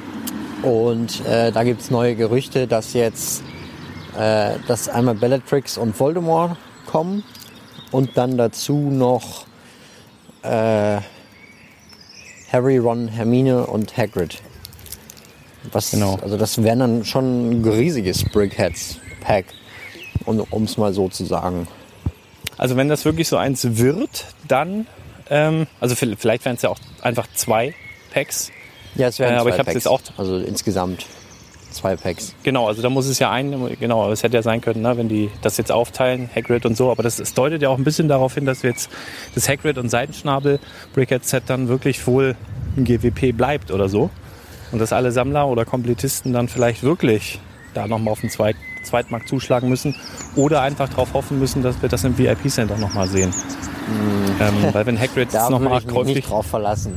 und äh, da gibt es neue Gerüchte, dass jetzt äh, dass einmal Bellatrix und Voldemort kommen und dann dazu noch äh, Harry, Ron, Hermine und Hagrid. Was, Genau. Also das wären dann schon ein riesiges Brickheads-Pack, um es mal so zu sagen. Also wenn das wirklich so eins wird, dann, ähm, also vielleicht wären es ja auch einfach zwei Packs. Ja, es wären Äh, aber zwei ich hab's Packs. jetzt auch- Also insgesamt zwei Packs. Genau, also da muss es ja ein, genau, es hätte ja sein können, ne, wenn die das jetzt aufteilen, Hagrid und so, aber das, es deutet ja auch ein bisschen darauf hin, dass wir jetzt das Hagrid und Seidenschnabel Brickhead Set dann wirklich wohl ein G W P bleibt oder so. Und dass alle Sammler oder Komplettisten dann vielleicht wirklich da nochmal auf den Zweit, Zweitmarkt zuschlagen müssen oder einfach darauf hoffen müssen, dass wir das im V I P-Center nochmal sehen. Ähm, weil wenn Hagrid Da jetzt würde nochmal ich mich käuflich... nicht drauf verlassen.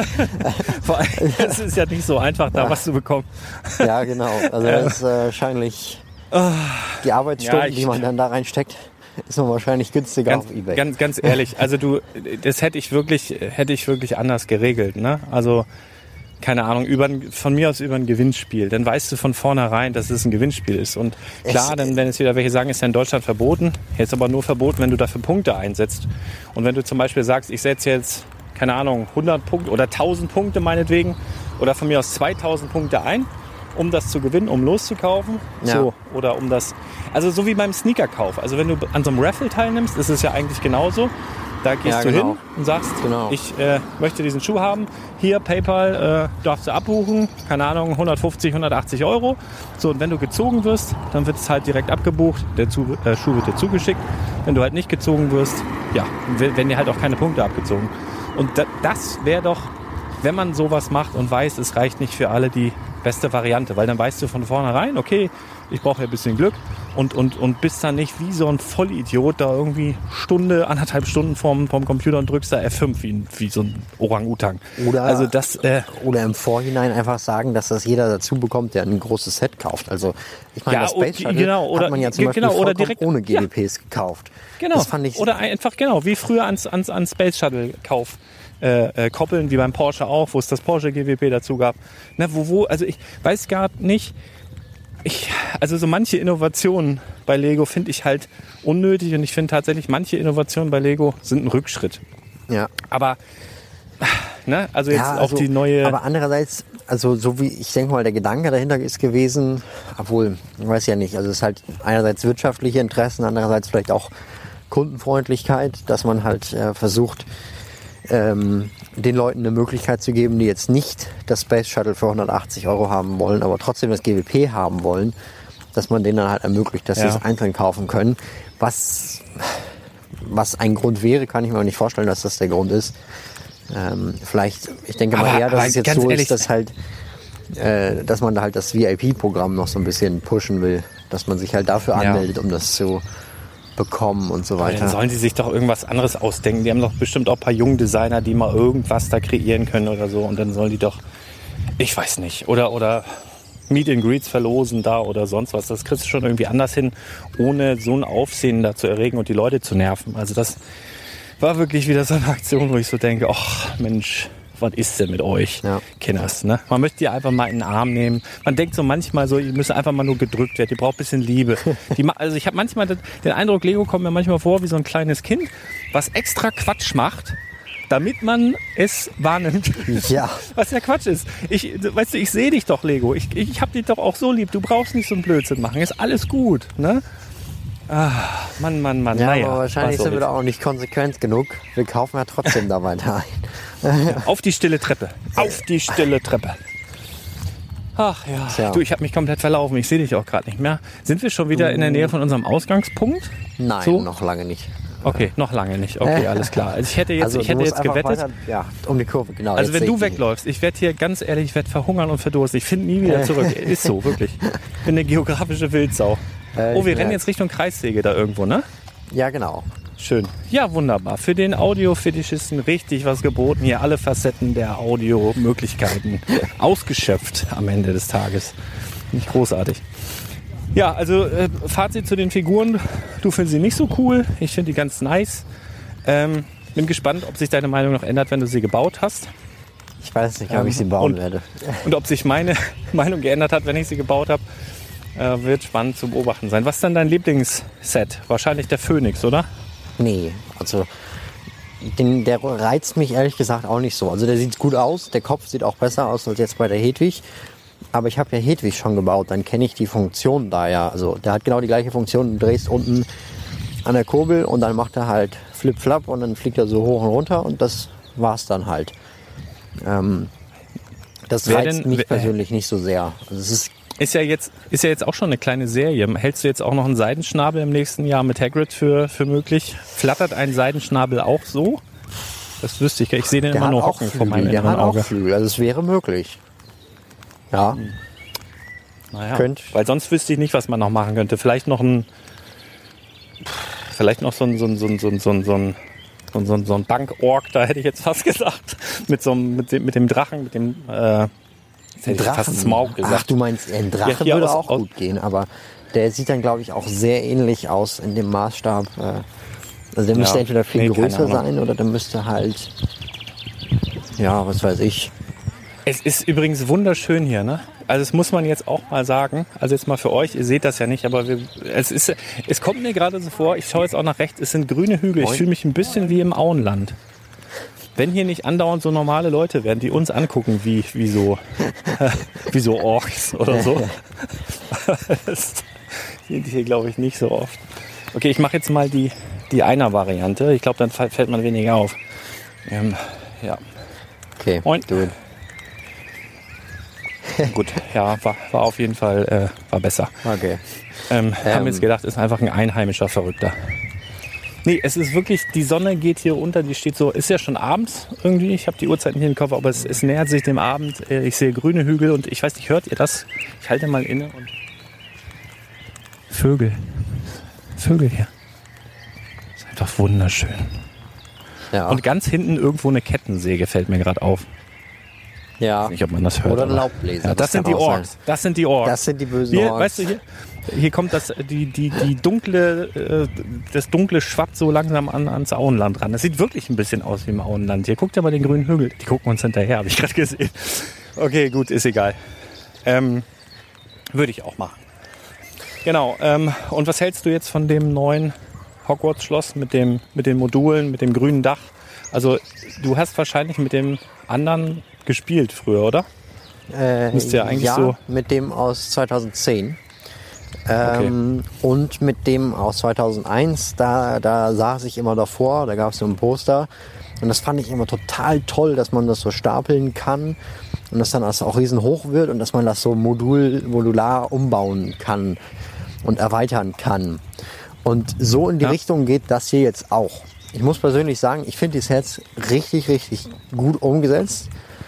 Vor allem, es ist ja nicht so einfach, da was zu bekommen. Ja, genau. Also das ist äh, wahrscheinlich die Arbeitsstunden, Ja, ich- die man dann da reinsteckt, ist man wahrscheinlich günstiger Ganz, auf eBay. ganz, ganz ehrlich, also du, das hätte ich wirklich, hätte ich wirklich anders geregelt, ne? Also, keine Ahnung, über, ein- von mir aus über ein Gewinnspiel. Dann weißt du von vornherein, dass es ein Gewinnspiel ist. Und klar, Es- dann, wenn es wieder welche sagen, ist ja in Deutschland verboten. Jetzt aber nur verboten, wenn du dafür Punkte einsetzt. Und wenn du zum Beispiel sagst, ich setze jetzt, keine Ahnung, hundert Punkte oder tausend Punkte meinetwegen oder von mir aus zweitausend Punkte ein, um das zu gewinnen, um loszukaufen. Ja. So, oder um das, also so wie beim Sneakerkauf. Also wenn du an so einem Raffle teilnimmst, ist es ja eigentlich genauso. Da gehst Ja, du genau. hin und sagst, Genau. ich äh, möchte diesen Schuh haben. Hier, PayPal, äh, darfst du abbuchen. Keine Ahnung, hundertfünfzig, hundertachtzig Euro. So, und wenn du gezogen wirst, dann wird es halt direkt abgebucht. Der Zu äh, Schuh wird dir zugeschickt. Wenn du halt nicht gezogen wirst, ja, werden dir halt auch keine Punkte abgezogen. Und da, das wäre doch, wenn man sowas macht und weiß, es reicht nicht für alle, die beste Variante. Weil dann weißt du von vornherein, okay, ich brauche ja ein bisschen Glück und, und, und bist dann nicht wie so ein Vollidiot da irgendwie Stunde, anderthalb Stunden vorm, vorm Computer und drückst da F fünf wie, ein- wie so ein Orang-Utang. Oder- also das, äh, Oder im Vorhinein einfach sagen, dass das jeder dazu bekommt, der ein großes Set kauft. Also ich meine, Ja, das Space und- Shuttle genau, oder- hat man ja zum ge- Beispiel genau, oder vollkommen direkt- ohne G W Ps gekauft. genau. Das fand ich Oder einfach, genau, wie früher ans, ans, ans Space Shuttle Kauf. Äh, äh, koppeln, wie beim Porsche auch, wo es das Porsche G W P dazu gab. Na, wo, wo, also ich weiß gar nicht, ich, also so manche Innovationen bei Lego finde ich halt unnötig und ich finde tatsächlich, manche Innovationen bei Lego sind ein Rückschritt. ja. Aber, ne, also jetzt Ja, auch also, die neue, Aber andererseits, also so wie ich denke mal, der Gedanke dahinter ist gewesen, obwohl, ich weiß ja nicht, also es ist halt einerseits wirtschaftliche Interessen, andererseits vielleicht auch Kundenfreundlichkeit, dass man halt äh, versucht, ähm, den Leuten eine Möglichkeit zu geben, die jetzt nicht das Space Shuttle für hundertachtzig Euro haben wollen, aber trotzdem das G W P haben wollen, dass man denen dann halt ermöglicht, dass sie Ja. es einzeln kaufen können. Was, was ein Grund wäre, kann ich mir auch nicht vorstellen, dass das der Grund ist. Ähm, vielleicht, ich denke mal Aber- eher, dass aber es jetzt ganz so ehrlich- ist, dass halt, äh, dass man da halt das V I P-Programm noch so ein bisschen pushen will, dass man sich halt dafür Ja. anmeldet, um das zu bekommen und so dann weiter. sollen die sich doch irgendwas anderes ausdenken. Die haben doch bestimmt auch ein paar junge Designer, die mal irgendwas da kreieren können oder so. Und dann sollen die doch, ich weiß nicht, oder, oder Meet and Greets verlosen da oder sonst was. Das kriegst du schon irgendwie anders hin, ohne so ein Aufsehen da zu erregen und die Leute zu nerven. Also das war wirklich wieder so eine Aktion, wo ich so denke, ach Mensch, was ist denn mit euch, Ja. Kinders? Ne? Man möchte die einfach mal in den Arm nehmen. Man denkt so manchmal so, ihr müsst einfach mal nur gedrückt werden. Die braucht ein bisschen Liebe. Die, ma- also ich habe manchmal den den Eindruck, Lego kommt mir manchmal vor wie so ein kleines Kind, was extra Quatsch macht, damit man es wahrnimmt. Ja. Was ja Quatsch ist. Ich, weißt du, ich sehe dich doch, Lego. Ich, ich, ich hab dich doch auch so lieb. Du brauchst nicht so einen Blödsinn machen. Ist alles gut, ne? Ah, Mann, Mann, Mann. Ja, naja, aber wahrscheinlich was sind wir da soll's. auch nicht konsequent genug. Wir kaufen ja trotzdem da weiter ein. Auf die stille Treppe. Auf die stille Treppe. Ach ja, Tja. du, ich habe mich komplett verlaufen. Ich sehe dich auch gerade nicht mehr. Sind wir schon wieder in der Nähe von unserem Ausgangspunkt? Nein, So? noch lange nicht. Okay, noch lange nicht. Okay, alles klar. Also ich hätte jetzt, Also ich du hätte musst jetzt einfach gewettet. Weiter, ja, um die Kurve, genau. Also jetzt wenn sehe du ich dich. wegläufst, ich werde hier ganz ehrlich, ich werde verhungern und verdursten. Ich finde nie wieder zurück. Ist so, wirklich. Ich bin eine geografische Wildsau. Äh, Oh, ich wir bin rennen halt- jetzt Richtung Kreissäge da irgendwo, ne? Ja, genau. Schön. Ja, wunderbar. Für den Audiofetischisten richtig was geboten. Hier alle Facetten der Audiomöglichkeiten ausgeschöpft am Ende des Tages. Nicht großartig. Ja, also äh, Fazit zu den Figuren. Du findest sie nicht so cool. Ich finde die ganz nice. Ähm, bin gespannt, ob sich deine Meinung noch ändert, wenn du sie gebaut hast. Ich weiß nicht, ob ich sie bauen und- werde. Und ob sich meine Meinung geändert hat, wenn ich sie gebaut habe. Äh, wird spannend zu beobachten sein. Was ist denn dein Lieblingsset? Wahrscheinlich der Phönix, oder? Nee, also den, der reizt mich ehrlich gesagt auch nicht so. Also der sieht gut aus, der Kopf sieht auch besser aus als jetzt bei der Hedwig. Aber ich habe ja Hedwig schon gebaut, dann kenne ich die Funktion da ja. Also der hat genau die gleiche Funktion. Du drehst unten an der Kurbel und dann macht er halt Flip-Flap und dann fliegt er so hoch und runter und das war's dann halt. Ähm, das Wer reizt denn- mich wer- persönlich nicht so sehr. Also es ist Ist ja jetzt, ist ja jetzt auch schon eine kleine Serie. Hältst du jetzt auch noch einen Seidenschnabel im nächsten Jahr mit Hagrid für, für möglich? Flattert ein Seidenschnabel auch so? Das wüsste ich. Ich sehe den der immer hat nur auch hocken vor meinem Flügel, der inneren hat auch Auge. Flügel, also es wäre möglich. Ja, Naja, Könnt. weil sonst wüsste ich nicht, was man noch machen könnte. Vielleicht noch ein, vielleicht noch so ein, so ein, so ein, so ein, so ein, so ein, so ein, so ein, so ein Bankorg, da hätte ich jetzt fast gesagt. Mit so einem, mit dem, mit dem Drachen, mit dem, äh, jetzt hätte ich fast Smaug gesagt. Ach, du meinst, ein Drache Ja, hier würde aus- auch aus- gut gehen, aber der sieht dann, glaube ich, auch sehr ähnlich aus in dem Maßstab. äh, Also der müsste Ja, entweder viel nee, keine größer Ahnung. sein oder der müsste halt, ja, was weiß ich. Es ist übrigens wunderschön hier, ne? Also das muss man jetzt auch mal sagen. Also jetzt mal für euch, ihr seht das ja nicht, aber wir, es ist, es kommt mir gerade so vor, ich schaue jetzt auch nach rechts, es sind grüne Hügel. Ich Moin. fühle mich ein bisschen wie im Auenland. Wenn hier nicht andauernd so normale Leute wären, die uns angucken wie, wie so, wie so Orks oder so. Das sind hier, glaube ich, nicht so oft. Okay, ich mache jetzt mal die, die Einer-Variante. Ich glaube, dann fällt fällt man weniger auf. Ähm, ja. Okay, Moin. do it. Gut, ja, war, war auf jeden Fall äh, war besser. Okay. Ähm, Ähm. haben jetzt gedacht, ist einfach ein einheimischer Verrückter. Nee, es ist wirklich, die Sonne geht hier unter, die steht so, ist ja schon abends irgendwie, ich habe die Uhrzeit nicht im Kopf, aber es, es nähert sich dem Abend. Äh, Ich sehe grüne Hügel und ich weiß nicht, hört ihr das? Ich halte mal inne und... Vögel. Vögel hier. Ist einfach wunderschön. Ja, Und ganz hinten irgendwo eine Kettensäge fällt mir gerade auf. ja. Ich weiß nicht, ob man das hört. Oder ein aber- Laubbläser. Ja, das, sind kann die auch Orks. sein. Das sind die Orks. Das sind die bösen Hier, Orks. weißt du, hier, hier kommt das, die, die, die dunkle, äh, das Dunkle schwappt so langsam an, ans Auenland ran. Das sieht wirklich ein bisschen aus wie im Auenland. Hier guckt ja mal den grünen Hügel. Die gucken uns hinterher, habe ich gerade gesehen. Okay, gut, ist egal. Ähm, würde ich auch machen. Genau. Ähm, und was hältst du jetzt von dem neuen Hogwarts-Schloss mit dem, mit den Modulen, mit dem grünen Dach? Also du hast wahrscheinlich mit dem anderen gespielt früher, oder? Äh, Müsste ja eigentlich ja, so- mit dem aus zweitausendzehn. Ähm, Und mit dem aus zweitausendeins, da, da saß ich immer davor, da gab es so ein Poster. Und das fand ich immer total toll, dass man das so stapeln kann und dass dann das auch riesen hoch wird und dass man das so modul, modular umbauen kann und erweitern kann. Und so in die Ja. Richtung geht das hier jetzt auch. Ich muss persönlich sagen, ich finde die Sets richtig, richtig gut umgesetzt.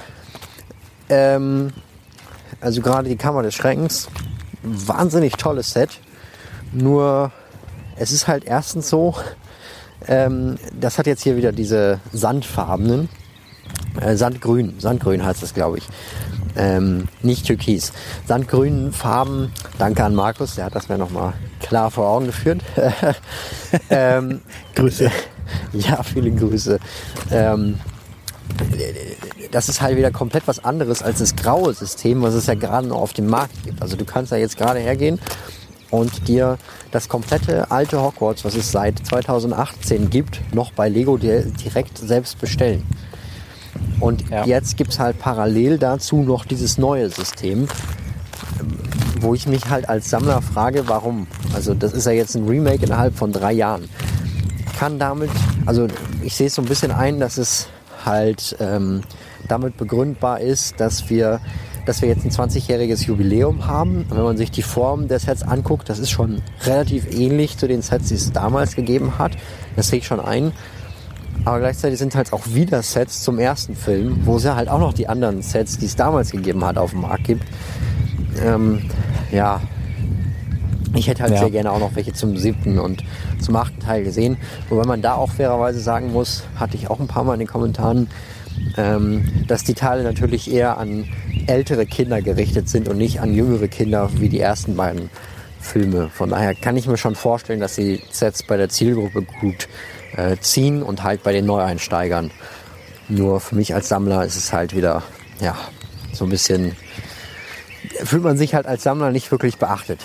Ähm, also gerade die Kammer des Schreckens, wahnsinnig tolles Set. Nur es ist halt erstens so, ähm, das hat jetzt hier wieder diese sandfarbenen, äh, Sandgrün, Sandgrün heißt das, glaube ich. Ähm, nicht türkis. Sandgrünen Farben, danke an Markus, der hat das mir nochmal klar vor Augen geführt. ähm, Grüße. Ja, viele Grüße. Ähm, das ist halt wieder komplett was anderes als das graue System, was es ja gerade noch auf dem Markt gibt. Also du kannst ja jetzt gerade hergehen und dir das komplette alte Hogwarts, was es seit zweitausendachtzehn gibt, noch bei Lego di- direkt selbst bestellen. Und Ja. jetzt gibt's halt parallel dazu noch dieses neue System, wo ich mich halt als Sammler frage, warum? Also das ist ja jetzt ein Remake innerhalb von drei Jahren. Kann damit, also ich sehe es so ein bisschen ein, dass es halt ähm, damit begründbar ist, dass wir dass wir jetzt ein zwanzigjähriges Jubiläum haben. Wenn man sich die Form der Sets anguckt, das ist schon relativ ähnlich zu den Sets, die es damals gegeben hat. Das sehe ich schon ein. Aber gleichzeitig sind halt auch wieder Sets zum ersten Film, wo es ja halt auch noch die anderen Sets, die es damals gegeben hat, auf dem Markt gibt. Ähm, ja, ich hätte halt ja. sehr gerne auch noch welche zum siebten und zum achten Teil gesehen. Wobei man da auch fairerweise sagen muss, hatte ich auch ein paar Mal in den Kommentaren, ähm, dass die Teile natürlich eher an ältere Kinder gerichtet sind und nicht an jüngere Kinder wie die ersten beiden Filme. Von daher kann ich mir schon vorstellen, dass die Sets bei der Zielgruppe gut äh, ziehen und halt bei den Neueinsteigern. Nur für mich als Sammler ist es halt wieder, ja, so ein bisschen, fühlt man sich halt als Sammler nicht wirklich beachtet.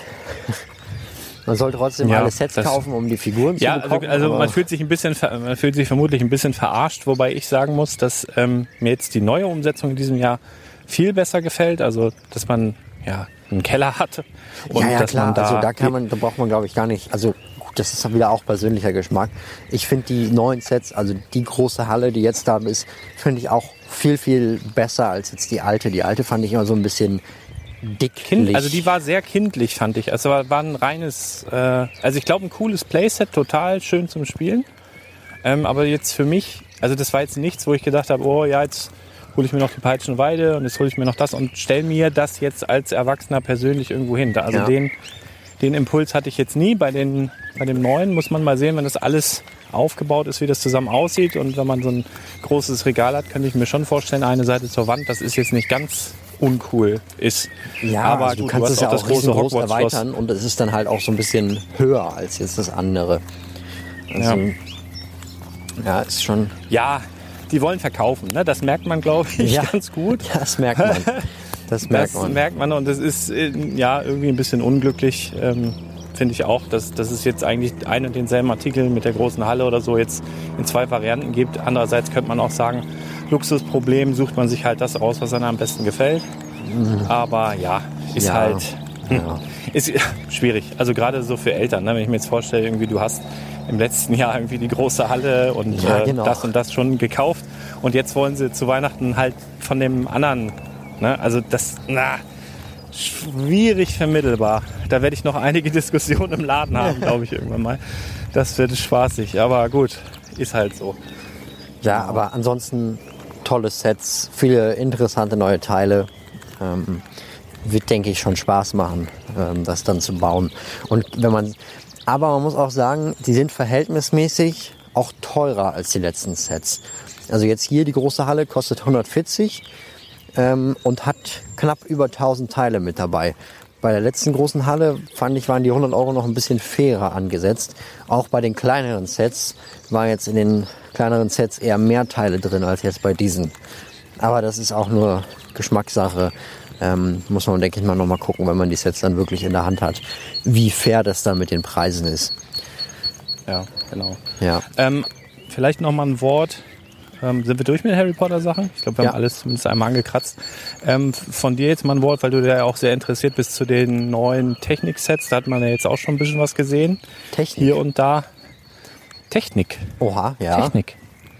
Man soll trotzdem ja, alle Sets kaufen, um die Figuren ja, zu bekommen. Ja, also, also man fühlt sich ein bisschen, man fühlt sich vermutlich ein bisschen verarscht, wobei ich sagen muss, dass ähm, mir jetzt die neue Umsetzung in diesem Jahr viel besser gefällt. Also, dass man ja einen Keller hat und ja, ja, dass klar. man da, also da kann man, da braucht man, glaube ich, gar nicht. Also gut, das ist wieder auch persönlicher Geschmack. Ich finde die neuen Sets, also die große Halle, die jetzt da ist, finde ich auch viel viel besser als jetzt die alte. Die alte fand ich immer so ein bisschen dicklich. Kind, also die war sehr kindlich, fand ich. Also war, war ein reines, äh, also ich glaube ein cooles Playset, total schön zum Spielen. Ähm, aber jetzt für mich, also das war jetzt nichts, wo ich gedacht habe, oh ja, jetzt hole ich mir noch die Peitschenweide und jetzt hole ich mir noch das und stelle mir das jetzt als Erwachsener persönlich irgendwo hin. Also ja. den, den Impuls hatte ich jetzt nie. Bei, den, bei dem neuen muss man mal sehen, wenn das alles aufgebaut ist, wie das zusammen aussieht. Und wenn man so ein großes Regal hat, könnte ich mir schon vorstellen, eine Seite zur Wand, das ist jetzt nicht ganz uncool ist. Ja, aber also du gut, kannst du es ja auch auch das große riesengroß Hogwarts-Schloss erweitern und es ist dann halt auch so ein bisschen höher als jetzt das andere. Also, ja. ja, ist schon... Ja, die wollen verkaufen, ne? Das merkt man, glaube ich, ja, ganz gut. Das merkt man. Das merkt das man. merkt man und das ist ja irgendwie ein bisschen unglücklich, ähm, finde ich auch, dass, dass es jetzt eigentlich einen und denselben Artikel mit der großen Halle oder so jetzt in zwei Varianten gibt. Andererseits könnte man auch sagen, Luxusproblem, sucht man sich halt das raus, was einem am besten gefällt. Mhm. Aber ja, ist ja. halt ja. ist schwierig. Also gerade so für Eltern, ne? Wenn ich mir jetzt vorstelle, irgendwie du hast im letzten Jahr irgendwie die große Halle und ja, genau. äh, das und das schon gekauft und jetzt wollen sie zu Weihnachten halt von dem anderen, ne? Also das, na, schwierig vermittelbar. Da werde ich noch einige Diskussionen im Laden haben, glaube ich, irgendwann mal. Das wird spaßig, aber gut, ist halt so. Ja, aber ansonsten tolle Sets, viele interessante neue Teile. Ähm, wird, denke ich, schon Spaß machen, ähm, das dann zu bauen. Und wenn man, aber man muss auch sagen, die sind verhältnismäßig auch teurer als die letzten Sets. Also jetzt hier die große Halle kostet hundertvierzig ähm, und hat knapp über tausend Teile mit dabei. Bei der letzten großen Halle, fand ich, waren die hundert Euro noch ein bisschen fairer angesetzt. Auch bei den kleineren Sets waren jetzt in den kleineren Sets eher mehr Teile drin als jetzt bei diesen. Aber das ist auch nur Geschmackssache. Ähm, muss man, denke ich mal, nochmal gucken, wenn man die Sets dann wirklich in der Hand hat, wie fair das dann mit den Preisen ist. Ja, genau. Ja. Ähm, vielleicht nochmal ein Wort. Ähm, sind wir durch mit den Harry Potter Sachen? Ich glaube, wir ja. haben alles zumindest einmal angekratzt. Ähm, von dir jetzt mal ein Wort, weil du ja auch sehr interessiert bist zu den neuen Technik-Sets. Da hat man ja jetzt auch schon ein bisschen was gesehen. Technik? Hier und da. Technik. Oha, ja. Technik.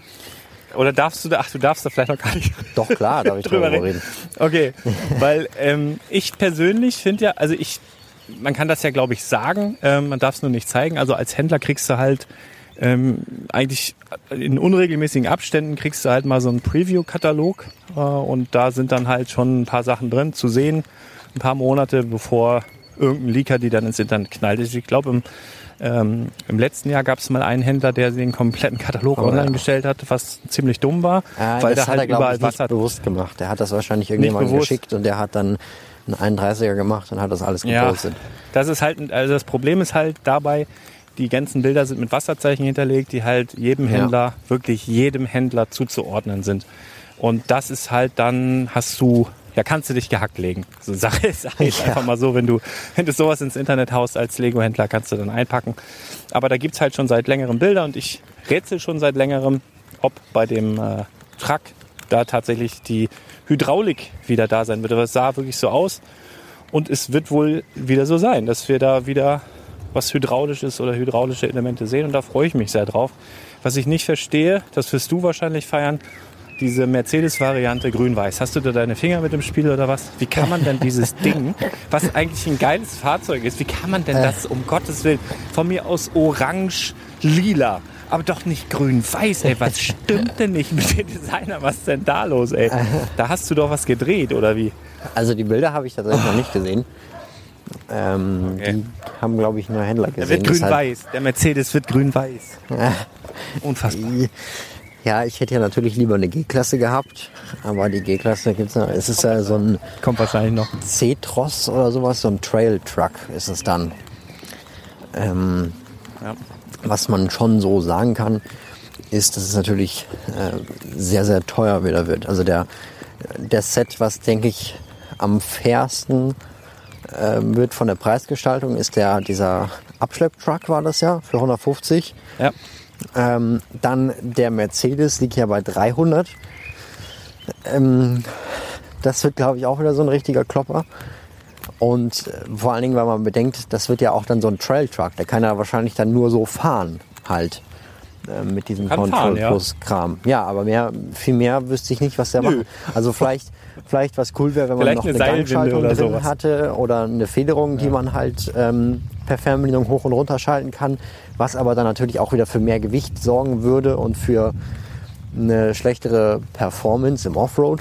Oder darfst du da, ach, du darfst da vielleicht noch gar nicht. Doch, klar, darf ich drüber reden. reden. Okay, weil ähm, ich persönlich finde ja, also ich, man kann das ja, glaube ich, sagen, ähm, man darf es nur nicht zeigen. Also als Händler kriegst du halt ähm, eigentlich in unregelmäßigen Abständen kriegst du halt mal so einen Preview-Katalog äh, und da sind dann halt schon ein paar Sachen drin zu sehen, ein paar Monate bevor irgendein Leaker die dann ins Internet knallt. Ich glaube, im Ähm, im letzten Jahr gab es mal einen Händler, der den kompletten Katalog oh, online ja. gestellt hat, was ziemlich dumm war, ja, weil das da hat halt er, überall ich, nicht Wasser bewusst gemacht. Der hat das wahrscheinlich irgendjemandem geschickt und der hat dann einen einunddreißiger gemacht und hat das alles gepostet. Ja, das ist halt, also das Problem ist halt dabei, die ganzen Bilder sind mit Wasserzeichen hinterlegt, die halt jedem Händler, ja. wirklich jedem Händler zuzuordnen sind. Und das ist halt dann, hast du, ja, kannst du dich gehackt legen. So Sache ist halt ja. einfach mal so, wenn du, wenn du sowas ins Internet haust als Lego-Händler, kannst du dann einpacken. Aber da gibt's halt schon seit längerem Bilder und ich rätsel schon seit längerem, ob bei dem äh, Truck da tatsächlich die Hydraulik wieder da sein wird. Aber es sah wirklich so aus und es wird wohl wieder so sein, dass wir da wieder was Hydraulisches oder hydraulische Elemente sehen und da freue ich mich sehr drauf. Was ich nicht verstehe, das wirst du wahrscheinlich feiern, diese Mercedes-Variante grün-weiß. Hast du da deine Finger mit im Spiel oder was? Wie kann man denn dieses Ding, was eigentlich ein geiles Fahrzeug ist, wie kann man denn das um Gottes Willen, von mir aus orange-lila, aber doch nicht grün-weiß, ey, was stimmt denn nicht mit den Designern, was ist denn da los, ey? Da hast du doch was gedreht, oder wie? Also die Bilder habe ich tatsächlich noch nicht gesehen. Ähm, Okay. Die haben, glaube ich, nur Händler Der gesehen. wird grün-weiß, der Mercedes wird grün-weiß. Unfassbar. Deshalb- Ja, ich hätte ja natürlich lieber eine G-Klasse gehabt, aber die G-Klasse gibt's noch. Es ist ja so ein Kommt wahrscheinlich noch. C-Tross oder sowas, so ein Trail-Truck ist es dann. Ähm, Ja. Was man schon so sagen kann, ist, dass es natürlich äh, sehr, sehr teuer wieder wird. Also der, der Set, was denke ich am fairsten äh, wird von der Preisgestaltung, ist der dieser Abschlepptruck, war das ja, für hundertfünfzig. Ja. Ähm, dann der Mercedes liegt ja bei dreihundert. Ähm, das wird, glaube ich, auch wieder so ein richtiger Klopper. Und äh, vor allen Dingen, weil man bedenkt, das wird ja auch dann so ein Trail-Truck. Der kann ja wahrscheinlich dann nur so fahren halt. Äh, mit diesem Kann Control fahren, ja. Plus Kram. Ja, aber mehr, viel mehr wüsste ich nicht, was der Nö. macht. Also vielleicht, vielleicht was cool wäre, wenn man Vielleicht noch eine eine, Seilwinde Gangschaltung oder drin sowas. hatte oder eine Federung, die man halt ähm, per Fernbedienung hoch und runter schalten kann, was aber dann natürlich auch wieder für mehr Gewicht sorgen würde und für eine schlechtere Performance im Offroad.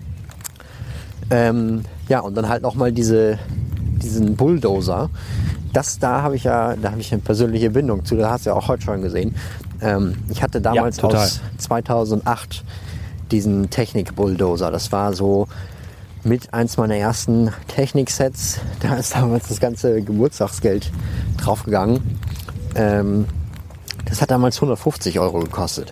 Ähm, ja, und dann halt nochmal diese, diesen Bulldozer. Das, da habe ich ja, da habe ich eine persönliche Bindung zu. Da hast du ja auch heute schon gesehen. Ähm, ich hatte damals Ja, total. aus zweitausendacht diesen Technik-Bulldozer. Das war so mit eins meiner ersten Technik-Sets. Da ist damals das ganze Geburtstagsgeld draufgegangen. Ähm, das hat damals hundertfünfzig Euro gekostet.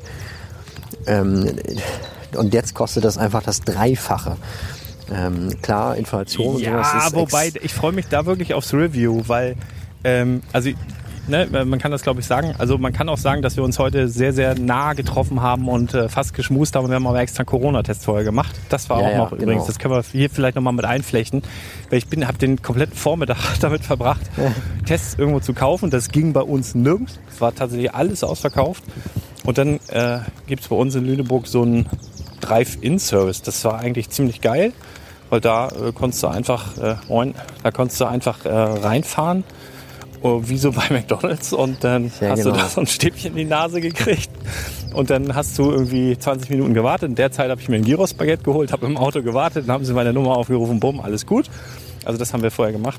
Ähm, und jetzt kostet das einfach das Dreifache. Ähm, klar, Inflation und sowas Ja, ist wobei, ex- ich freue mich da wirklich aufs Review, weil, ähm, also, ne, man kann das glaube ich sagen, also man kann auch sagen, dass wir uns heute sehr, sehr nah getroffen haben und äh, fast geschmust haben. Wir haben aber extra einen Corona-Test vorher gemacht. Das war Ja, auch ja, noch genau. übrigens, das können wir hier vielleicht nochmal mit einflechten, weil ich bin, habe den kompletten Vormittag damit verbracht, Tests irgendwo zu kaufen. Das ging bei uns nirgends. Es war tatsächlich alles ausverkauft. Und dann äh, gibt es bei uns in Lüneburg so einen Drive-In-Service. Das war eigentlich ziemlich geil, weil da äh, konntest du einfach, äh, moin, da konntest du einfach äh, reinfahren, äh, wie so bei McDonald's, und dann Ja, hast genau. du da so ein Stäbchen in die Nase gekriegt und dann hast du irgendwie zwanzig Minuten gewartet. In der Zeit habe ich mir ein Gyros-Baguette geholt, habe im Auto gewartet, dann haben sie meine Nummer aufgerufen, bumm, alles gut. Also das haben wir vorher gemacht.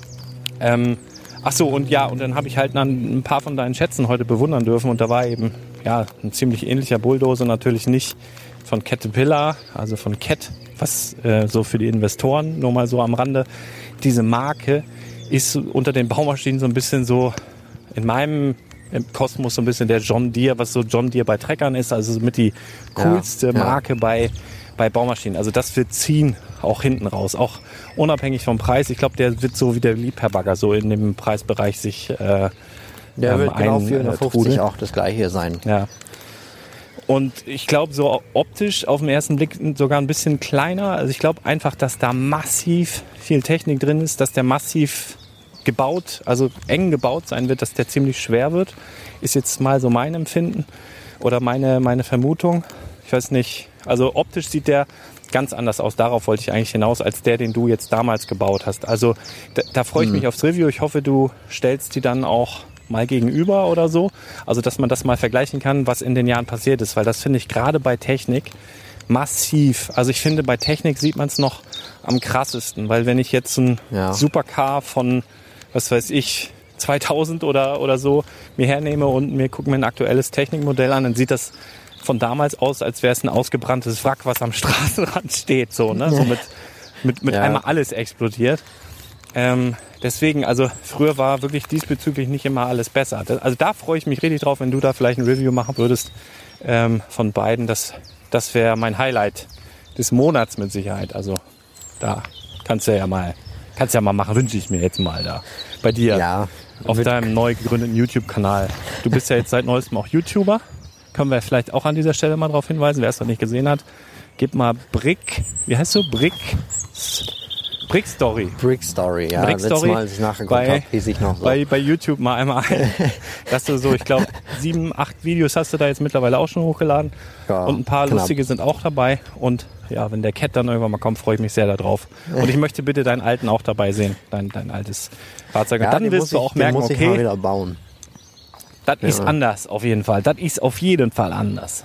Ähm, ach so, und ja, und dann habe ich halt dann ein paar von deinen Schätzen heute bewundern dürfen und da war eben ja ein ziemlich ähnlicher Bulldozer, natürlich nicht von Caterpillar, also von Cat, was äh, so für die Investoren, nur mal so am Rande, diese Marke ist unter den Baumaschinen so ein bisschen so in meinem im Kosmos so ein bisschen der John Deere, was so John Deere bei Treckern ist, also mit die coolste Ja, ja. Marke bei, bei Baumaschinen. Also das wird ziehen, auch hinten raus, auch unabhängig vom Preis. Ich glaube, der wird so wie der Liebherr-Bagger so in dem Preisbereich sich äh, Der ähm, wird genau ein, äh, vierhundertfünfzig trudeln. auch das gleiche sein. Ja. Und ich glaube, so optisch auf den ersten Blick sogar ein bisschen kleiner. Also ich glaube einfach, dass da massiv viel Technik drin ist, dass der massiv gebaut, also eng gebaut sein wird, dass der ziemlich schwer wird. Ist jetzt mal so mein Empfinden oder meine, meine Vermutung. Ich weiß nicht. Also optisch sieht der ganz anders aus. Darauf wollte ich eigentlich hinaus, als der, den du jetzt damals gebaut hast. Also da, da freue ich mich aufs Review. Ich hoffe, du stellst die dann auch mal gegenüber oder so. Also, dass man das mal vergleichen kann, was in den Jahren passiert ist. Weil das finde ich gerade bei Technik massiv. Also ich finde, bei Technik sieht man es noch am krassesten. Weil wenn ich jetzt ein Ja. Supercar von, was weiß ich, zweitausend oder, oder so mir hernehme und mir gucke mir ein aktuelles Technikmodell an, dann sieht das von damals aus, als wäre es ein ausgebranntes Wrack, was am Straßenrand steht. So, ne? so mit, mit, mit Ja. einmal alles explodiert. Ähm, deswegen, also früher war wirklich diesbezüglich nicht immer alles besser. Das, also da freue ich mich richtig drauf, wenn du da vielleicht ein Review machen würdest ähm, von beiden. Das, das wäre mein Highlight des Monats mit Sicherheit. Also da kannst du ja mal, kannst ja mal machen, wünsche ich mir jetzt mal da bei dir Ja, auf wird- deinem neu gegründeten YouTube-Kanal. Du bist ja jetzt seit neuestem auch YouTuber. Können wir vielleicht auch an dieser Stelle mal darauf hinweisen, wer es noch nicht gesehen hat. Gib mal Brick, wie heißt du? Brick Brick Story. Brick Story, ja. Brick Letztes Story Mal, als ich nachgeguckt habe, hieß ich noch so. Bei, bei YouTube mal einmal ein, dass du so, ich glaube, sieben, acht Videos hast du da jetzt mittlerweile auch schon hochgeladen. Ja, und ein paar knapp. lustige sind auch dabei. Und ja, wenn der Cat dann irgendwann mal kommt, freue ich mich sehr darauf. Und ich möchte bitte deinen alten auch dabei sehen, dein, dein altes Fahrzeug. Und Ja, dann den wirst muss du ich- auch den merken, muss ich mal okay, wieder bauen. das ist Ja. anders auf jeden Fall. Das ist auf jeden Fall anders.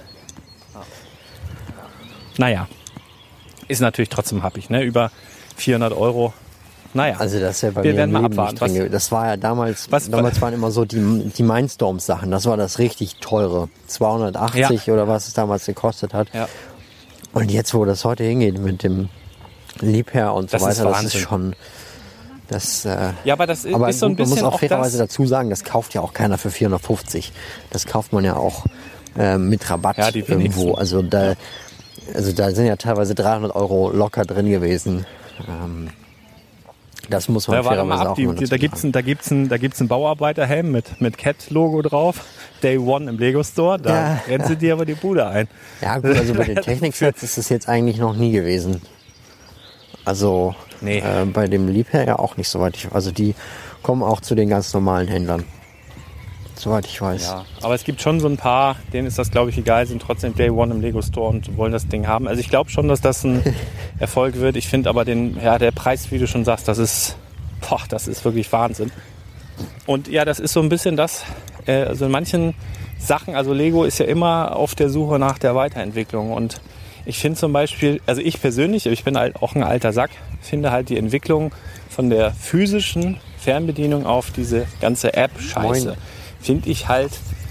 Naja, ist natürlich trotzdem happig, ne? Über vierhundert Euro. Naja, Also das ist ja bei wir mir werden im mal Leben abwarten. nicht drin Was, gewesen. Das war ja damals, Was- damals waren immer so die, die Mindstorms-Sachen. Das war das richtig teure. zweihundertachtzig oder was es damals gekostet hat. ja. Und jetzt, wo das heute hingeht mit dem Liebherr und so Das ist weiter, das Wahnsinn. ist schon... Das, äh, ja, aber das ist, aber ist so ein gut, man bisschen muss auch auch fairerweise das. dazu sagen, das kauft ja auch keiner für vierhundertfünfzig. Das kauft man ja auch äh, mit Rabatt Ja, die irgendwo. wenigsten. Also da, also da sind ja teilweise dreihundert Euro locker drin gewesen. Ähm, das muss man Ja, warte fairerweise mal ab, auch die, immer die, dazu da gibt's sagen. ein, da gibt's ein, da gibt's ein Bauarbeiterhelm mit, mit Cat-Logo drauf. Day One im Lego Store. Da Ja. rennt sie dir aber die Bude ein. Ja gut, also bei den Techniksets ist es jetzt eigentlich noch nie gewesen. Also Nee. äh, bei dem Liebherr ja auch nicht, soweit ich. Also die kommen auch zu den ganz normalen Händlern. Soweit ich weiß. Ja, aber es gibt schon so ein paar, denen ist das, glaube ich, egal, sind trotzdem Day One im Lego Store und wollen das Ding haben. Also ich glaube schon, dass das ein Erfolg wird. Ich finde aber den, ja, der Preis, wie du schon sagst, das ist, boah, das ist wirklich Wahnsinn. Und ja, das ist so ein bisschen das, äh, also in manchen Sachen, also Lego ist ja immer auf der Suche nach der Weiterentwicklung und ich finde zum Beispiel, also ich persönlich, ich bin halt auch ein alter Sack, finde halt die Entwicklung von der physischen Fernbedienung auf diese ganze App-Scheiße, Moin. finde ich halt,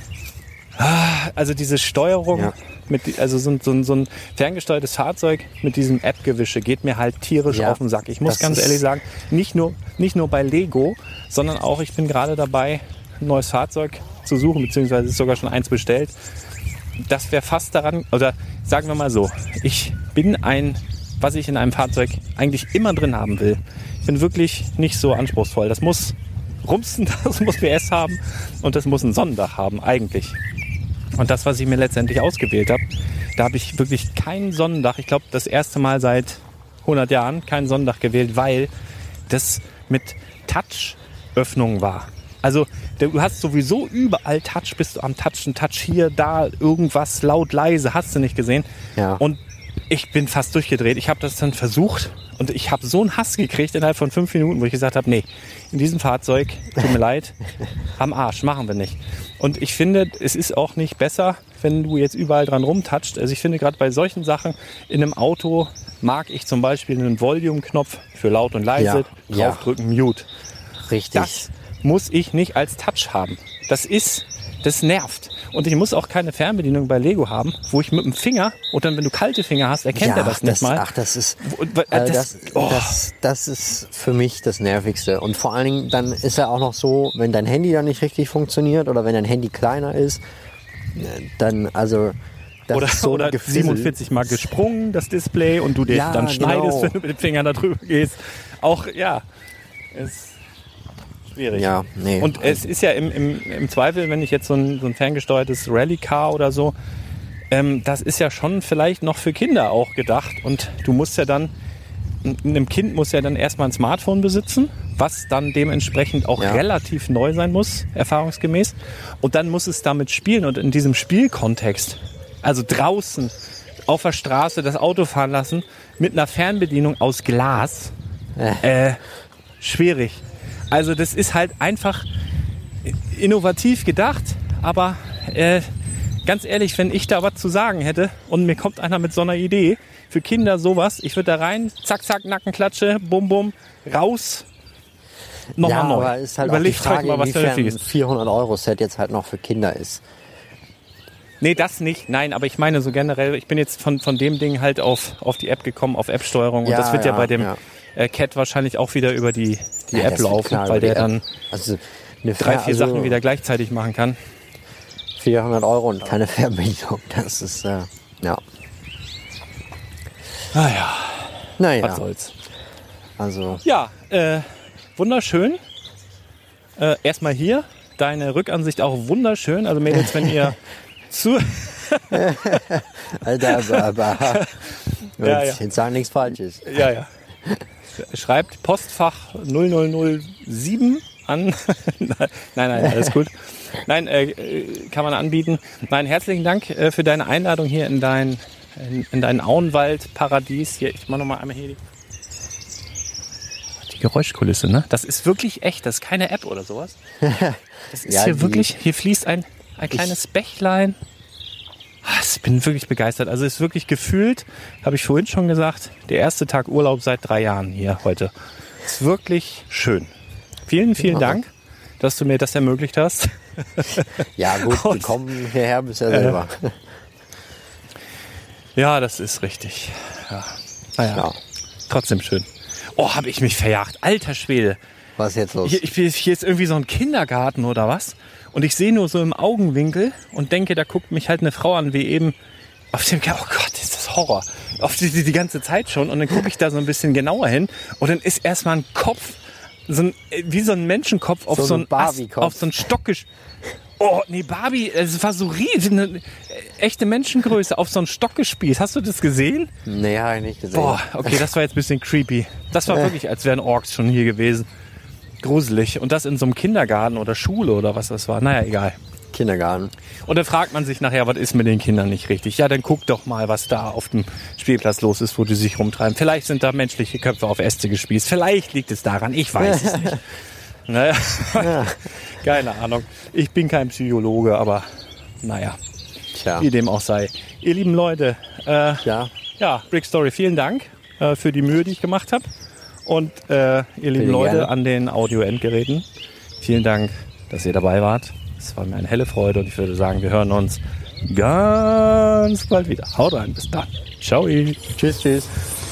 ah, also diese Steuerung, Ja. mit, also so, ein- so, ein- so ein ferngesteuertes Fahrzeug mit diesem App-Gewische geht mir halt tierisch Ja, auf den Sack. Ich muss das ganz ist- ehrlich sagen, nicht nur, nicht nur bei Lego, sondern auch, ich bin gerade dabei, ein neues Fahrzeug zu suchen, beziehungsweise ist sogar schon eins bestellt. Das wäre fast daran, oder sagen wir mal so, ich bin ein, was ich in einem Fahrzeug eigentlich immer drin haben will. Ich bin wirklich nicht so anspruchsvoll. Das muss rumsen, das muss P S haben und das muss ein Sonnendach haben, eigentlich. Und das, was ich mir letztendlich ausgewählt habe, da habe ich wirklich kein Sonnendach. Ich glaube, das erste Mal seit hundert Jahren kein Sonnendach gewählt, weil das mit Touch-Öffnung war. Also du hast sowieso überall Touch, bist du am Touchen, Touch hier, da, irgendwas, laut, leise, hast du nicht gesehen. Ja. Und ich bin fast durchgedreht. Ich habe das dann versucht und ich habe so einen Hass gekriegt innerhalb von fünf Minuten, wo ich gesagt habe, nee, in diesem Fahrzeug, tut mir leid, am Arsch, machen wir nicht. Und ich finde, es ist auch nicht besser, wenn du jetzt überall dran rumtatscht. Also ich finde gerade bei solchen Sachen in einem Auto mag ich zum Beispiel einen Volume-Knopf für laut und leise, Ja, ja. draufdrücken, Mute. Richtig. Das muss ich nicht als Touch haben. Das ist, das nervt. Und ich muss auch keine Fernbedienung bei Lego haben, wo ich mit dem Finger, und dann, wenn du kalte Finger hast, erkennt ja, er das nicht mal. Ach, das ist, Und, äh, äh, das- das, oh. das, das ist für mich das Nervigste. Und vor allen Dingen, dann ist ja auch noch so, wenn dein Handy dann nicht richtig funktioniert oder wenn dein Handy kleiner ist, äh, dann, also, das Oder, ist so oder ein Gefissel. siebenundvierzig Mal gesprungen, das Display, und du dir Ja, dann schneidest, genau. wenn du mit dem Finger da drüber gehst. Auch, ja, ist schwierig. Ja, nee. Und es ist ja im, im, im Zweifel, wenn ich jetzt so ein, so ein ferngesteuertes Rallye-Car oder so, ähm, das ist ja schon vielleicht noch für Kinder auch gedacht. Und du musst ja dann, einem Kind muss ja dann erstmal ein Smartphone besitzen, was dann dementsprechend auch Ja. relativ neu sein muss, erfahrungsgemäß. Und dann muss es damit spielen. Und in diesem Spielkontext, also draußen auf der Straße das Auto fahren lassen, mit einer Fernbedienung aus Glas, äh, schwierig. Also das ist halt einfach innovativ gedacht, aber äh, ganz ehrlich, wenn ich da was zu sagen hätte und mir kommt einer mit so einer Idee, für Kinder sowas, ich würde da rein, zack, zack, Nackenklatsche, bum, bum, raus, nochmal ja, neu. aber ist halt Überlegt auch die Frage, euch mal, was inwiefern ein Vernünftiges. vierhundert Euro Set jetzt halt noch für Kinder ist. Nee, das nicht. Nein, aber ich meine so generell, ich bin jetzt von, von dem Ding halt auf, auf die App gekommen, auf App-Steuerung. Und Ja, das wird ja, ja, bei dem ja. äh, Cat wahrscheinlich auch wieder über die, die Ja, App das wird laufen, klar weil über der die dann App. Also eine drei, Fer- vier also Sachen wieder gleichzeitig machen kann. vierhundert Euro und keine Fernbedienung. Das ist, äh, ja. Ah ja, Naja, was soll's. also, Ja, äh, wunderschön. Äh, erstmal hier, deine Rückansicht auch wunderschön. Also Mädels, wenn ihr zu... Alter, aber, aber Ja, ja. jetzt sagen nichts Falsches. Ja, ja. Schreibt Postfach null null null sieben an. Nein, nein, alles gut. Nein, äh, kann man anbieten. Nein, herzlichen Dank äh, für deine Einladung hier in dein, in, in dein Auenwald-Paradies. Hier, ich mach nochmal einmal hier die, die Geräuschkulisse, ne? Das ist wirklich echt, das ist keine App oder sowas. Das ist Ja, hier die- wirklich, hier fließt ein, ein kleines Bächlein. Ah, Ich bin wirklich begeistert. Also es ist wirklich gefühlt, habe ich vorhin schon gesagt, der erste Tag Urlaub seit drei Jahren hier heute. Es ist wirklich schön. Vielen, vielen Ja. Dank, dass du mir das ermöglicht hast. Ja gut, Und- gekommen hierher bist ja selber. Ja, das ist richtig. Ja. Naja, Ja. trotzdem schön. Oh, habe ich mich verjagt. Alter Schwede. Was ist jetzt los? Hier, ich, hier ist irgendwie so ein Kindergarten oder was. Und ich sehe nur so im Augenwinkel und denke, da guckt mich halt eine Frau an, wie eben auf dem, oh Gott, ist das Horror. Auf die, die, die ganze Zeit schon. Und dann gucke ich da so ein bisschen genauer hin. Und dann ist erstmal ein Kopf, so ein, wie so ein Menschenkopf auf So so, ein einen Ast, Barbie-Kopf. auf so einen Stock gesch- Oh, nee, Barbie, es war so riesig, eine echte Menschengröße auf so einen Stock gespielt. Hast du das gesehen? Nee, habe ich nicht gesehen. Boah, okay, das war jetzt ein bisschen creepy. Das war wirklich, als wären Orks schon hier gewesen. Gruselig. Und das in so einem Kindergarten oder Schule oder was das war. Naja, egal. Kindergarten. Und dann fragt man sich nachher, was ist mit den Kindern nicht richtig? Ja, dann guck doch mal, was da auf dem Spielplatz los ist, wo die sich rumtreiben. Vielleicht sind da menschliche Köpfe auf Äste gespießt. Vielleicht liegt es daran. Ich weiß es nicht. Naja, keine Ahnung. Ich bin kein Psychologe, aber naja, Tja. wie dem auch sei. Ihr lieben Leute, äh, Ja. ja, Brick Story, vielen Dank äh, für die Mühe, die ich gemacht habe. Und äh, ihr lieben Bitte Leute gerne. an den Audio-Endgeräten, vielen Dank, dass ihr dabei wart. Es war mir eine helle Freude und ich würde sagen, wir hören uns ganz bald wieder. Haut rein, bis dann. Ciao. Tschüss, tschüss.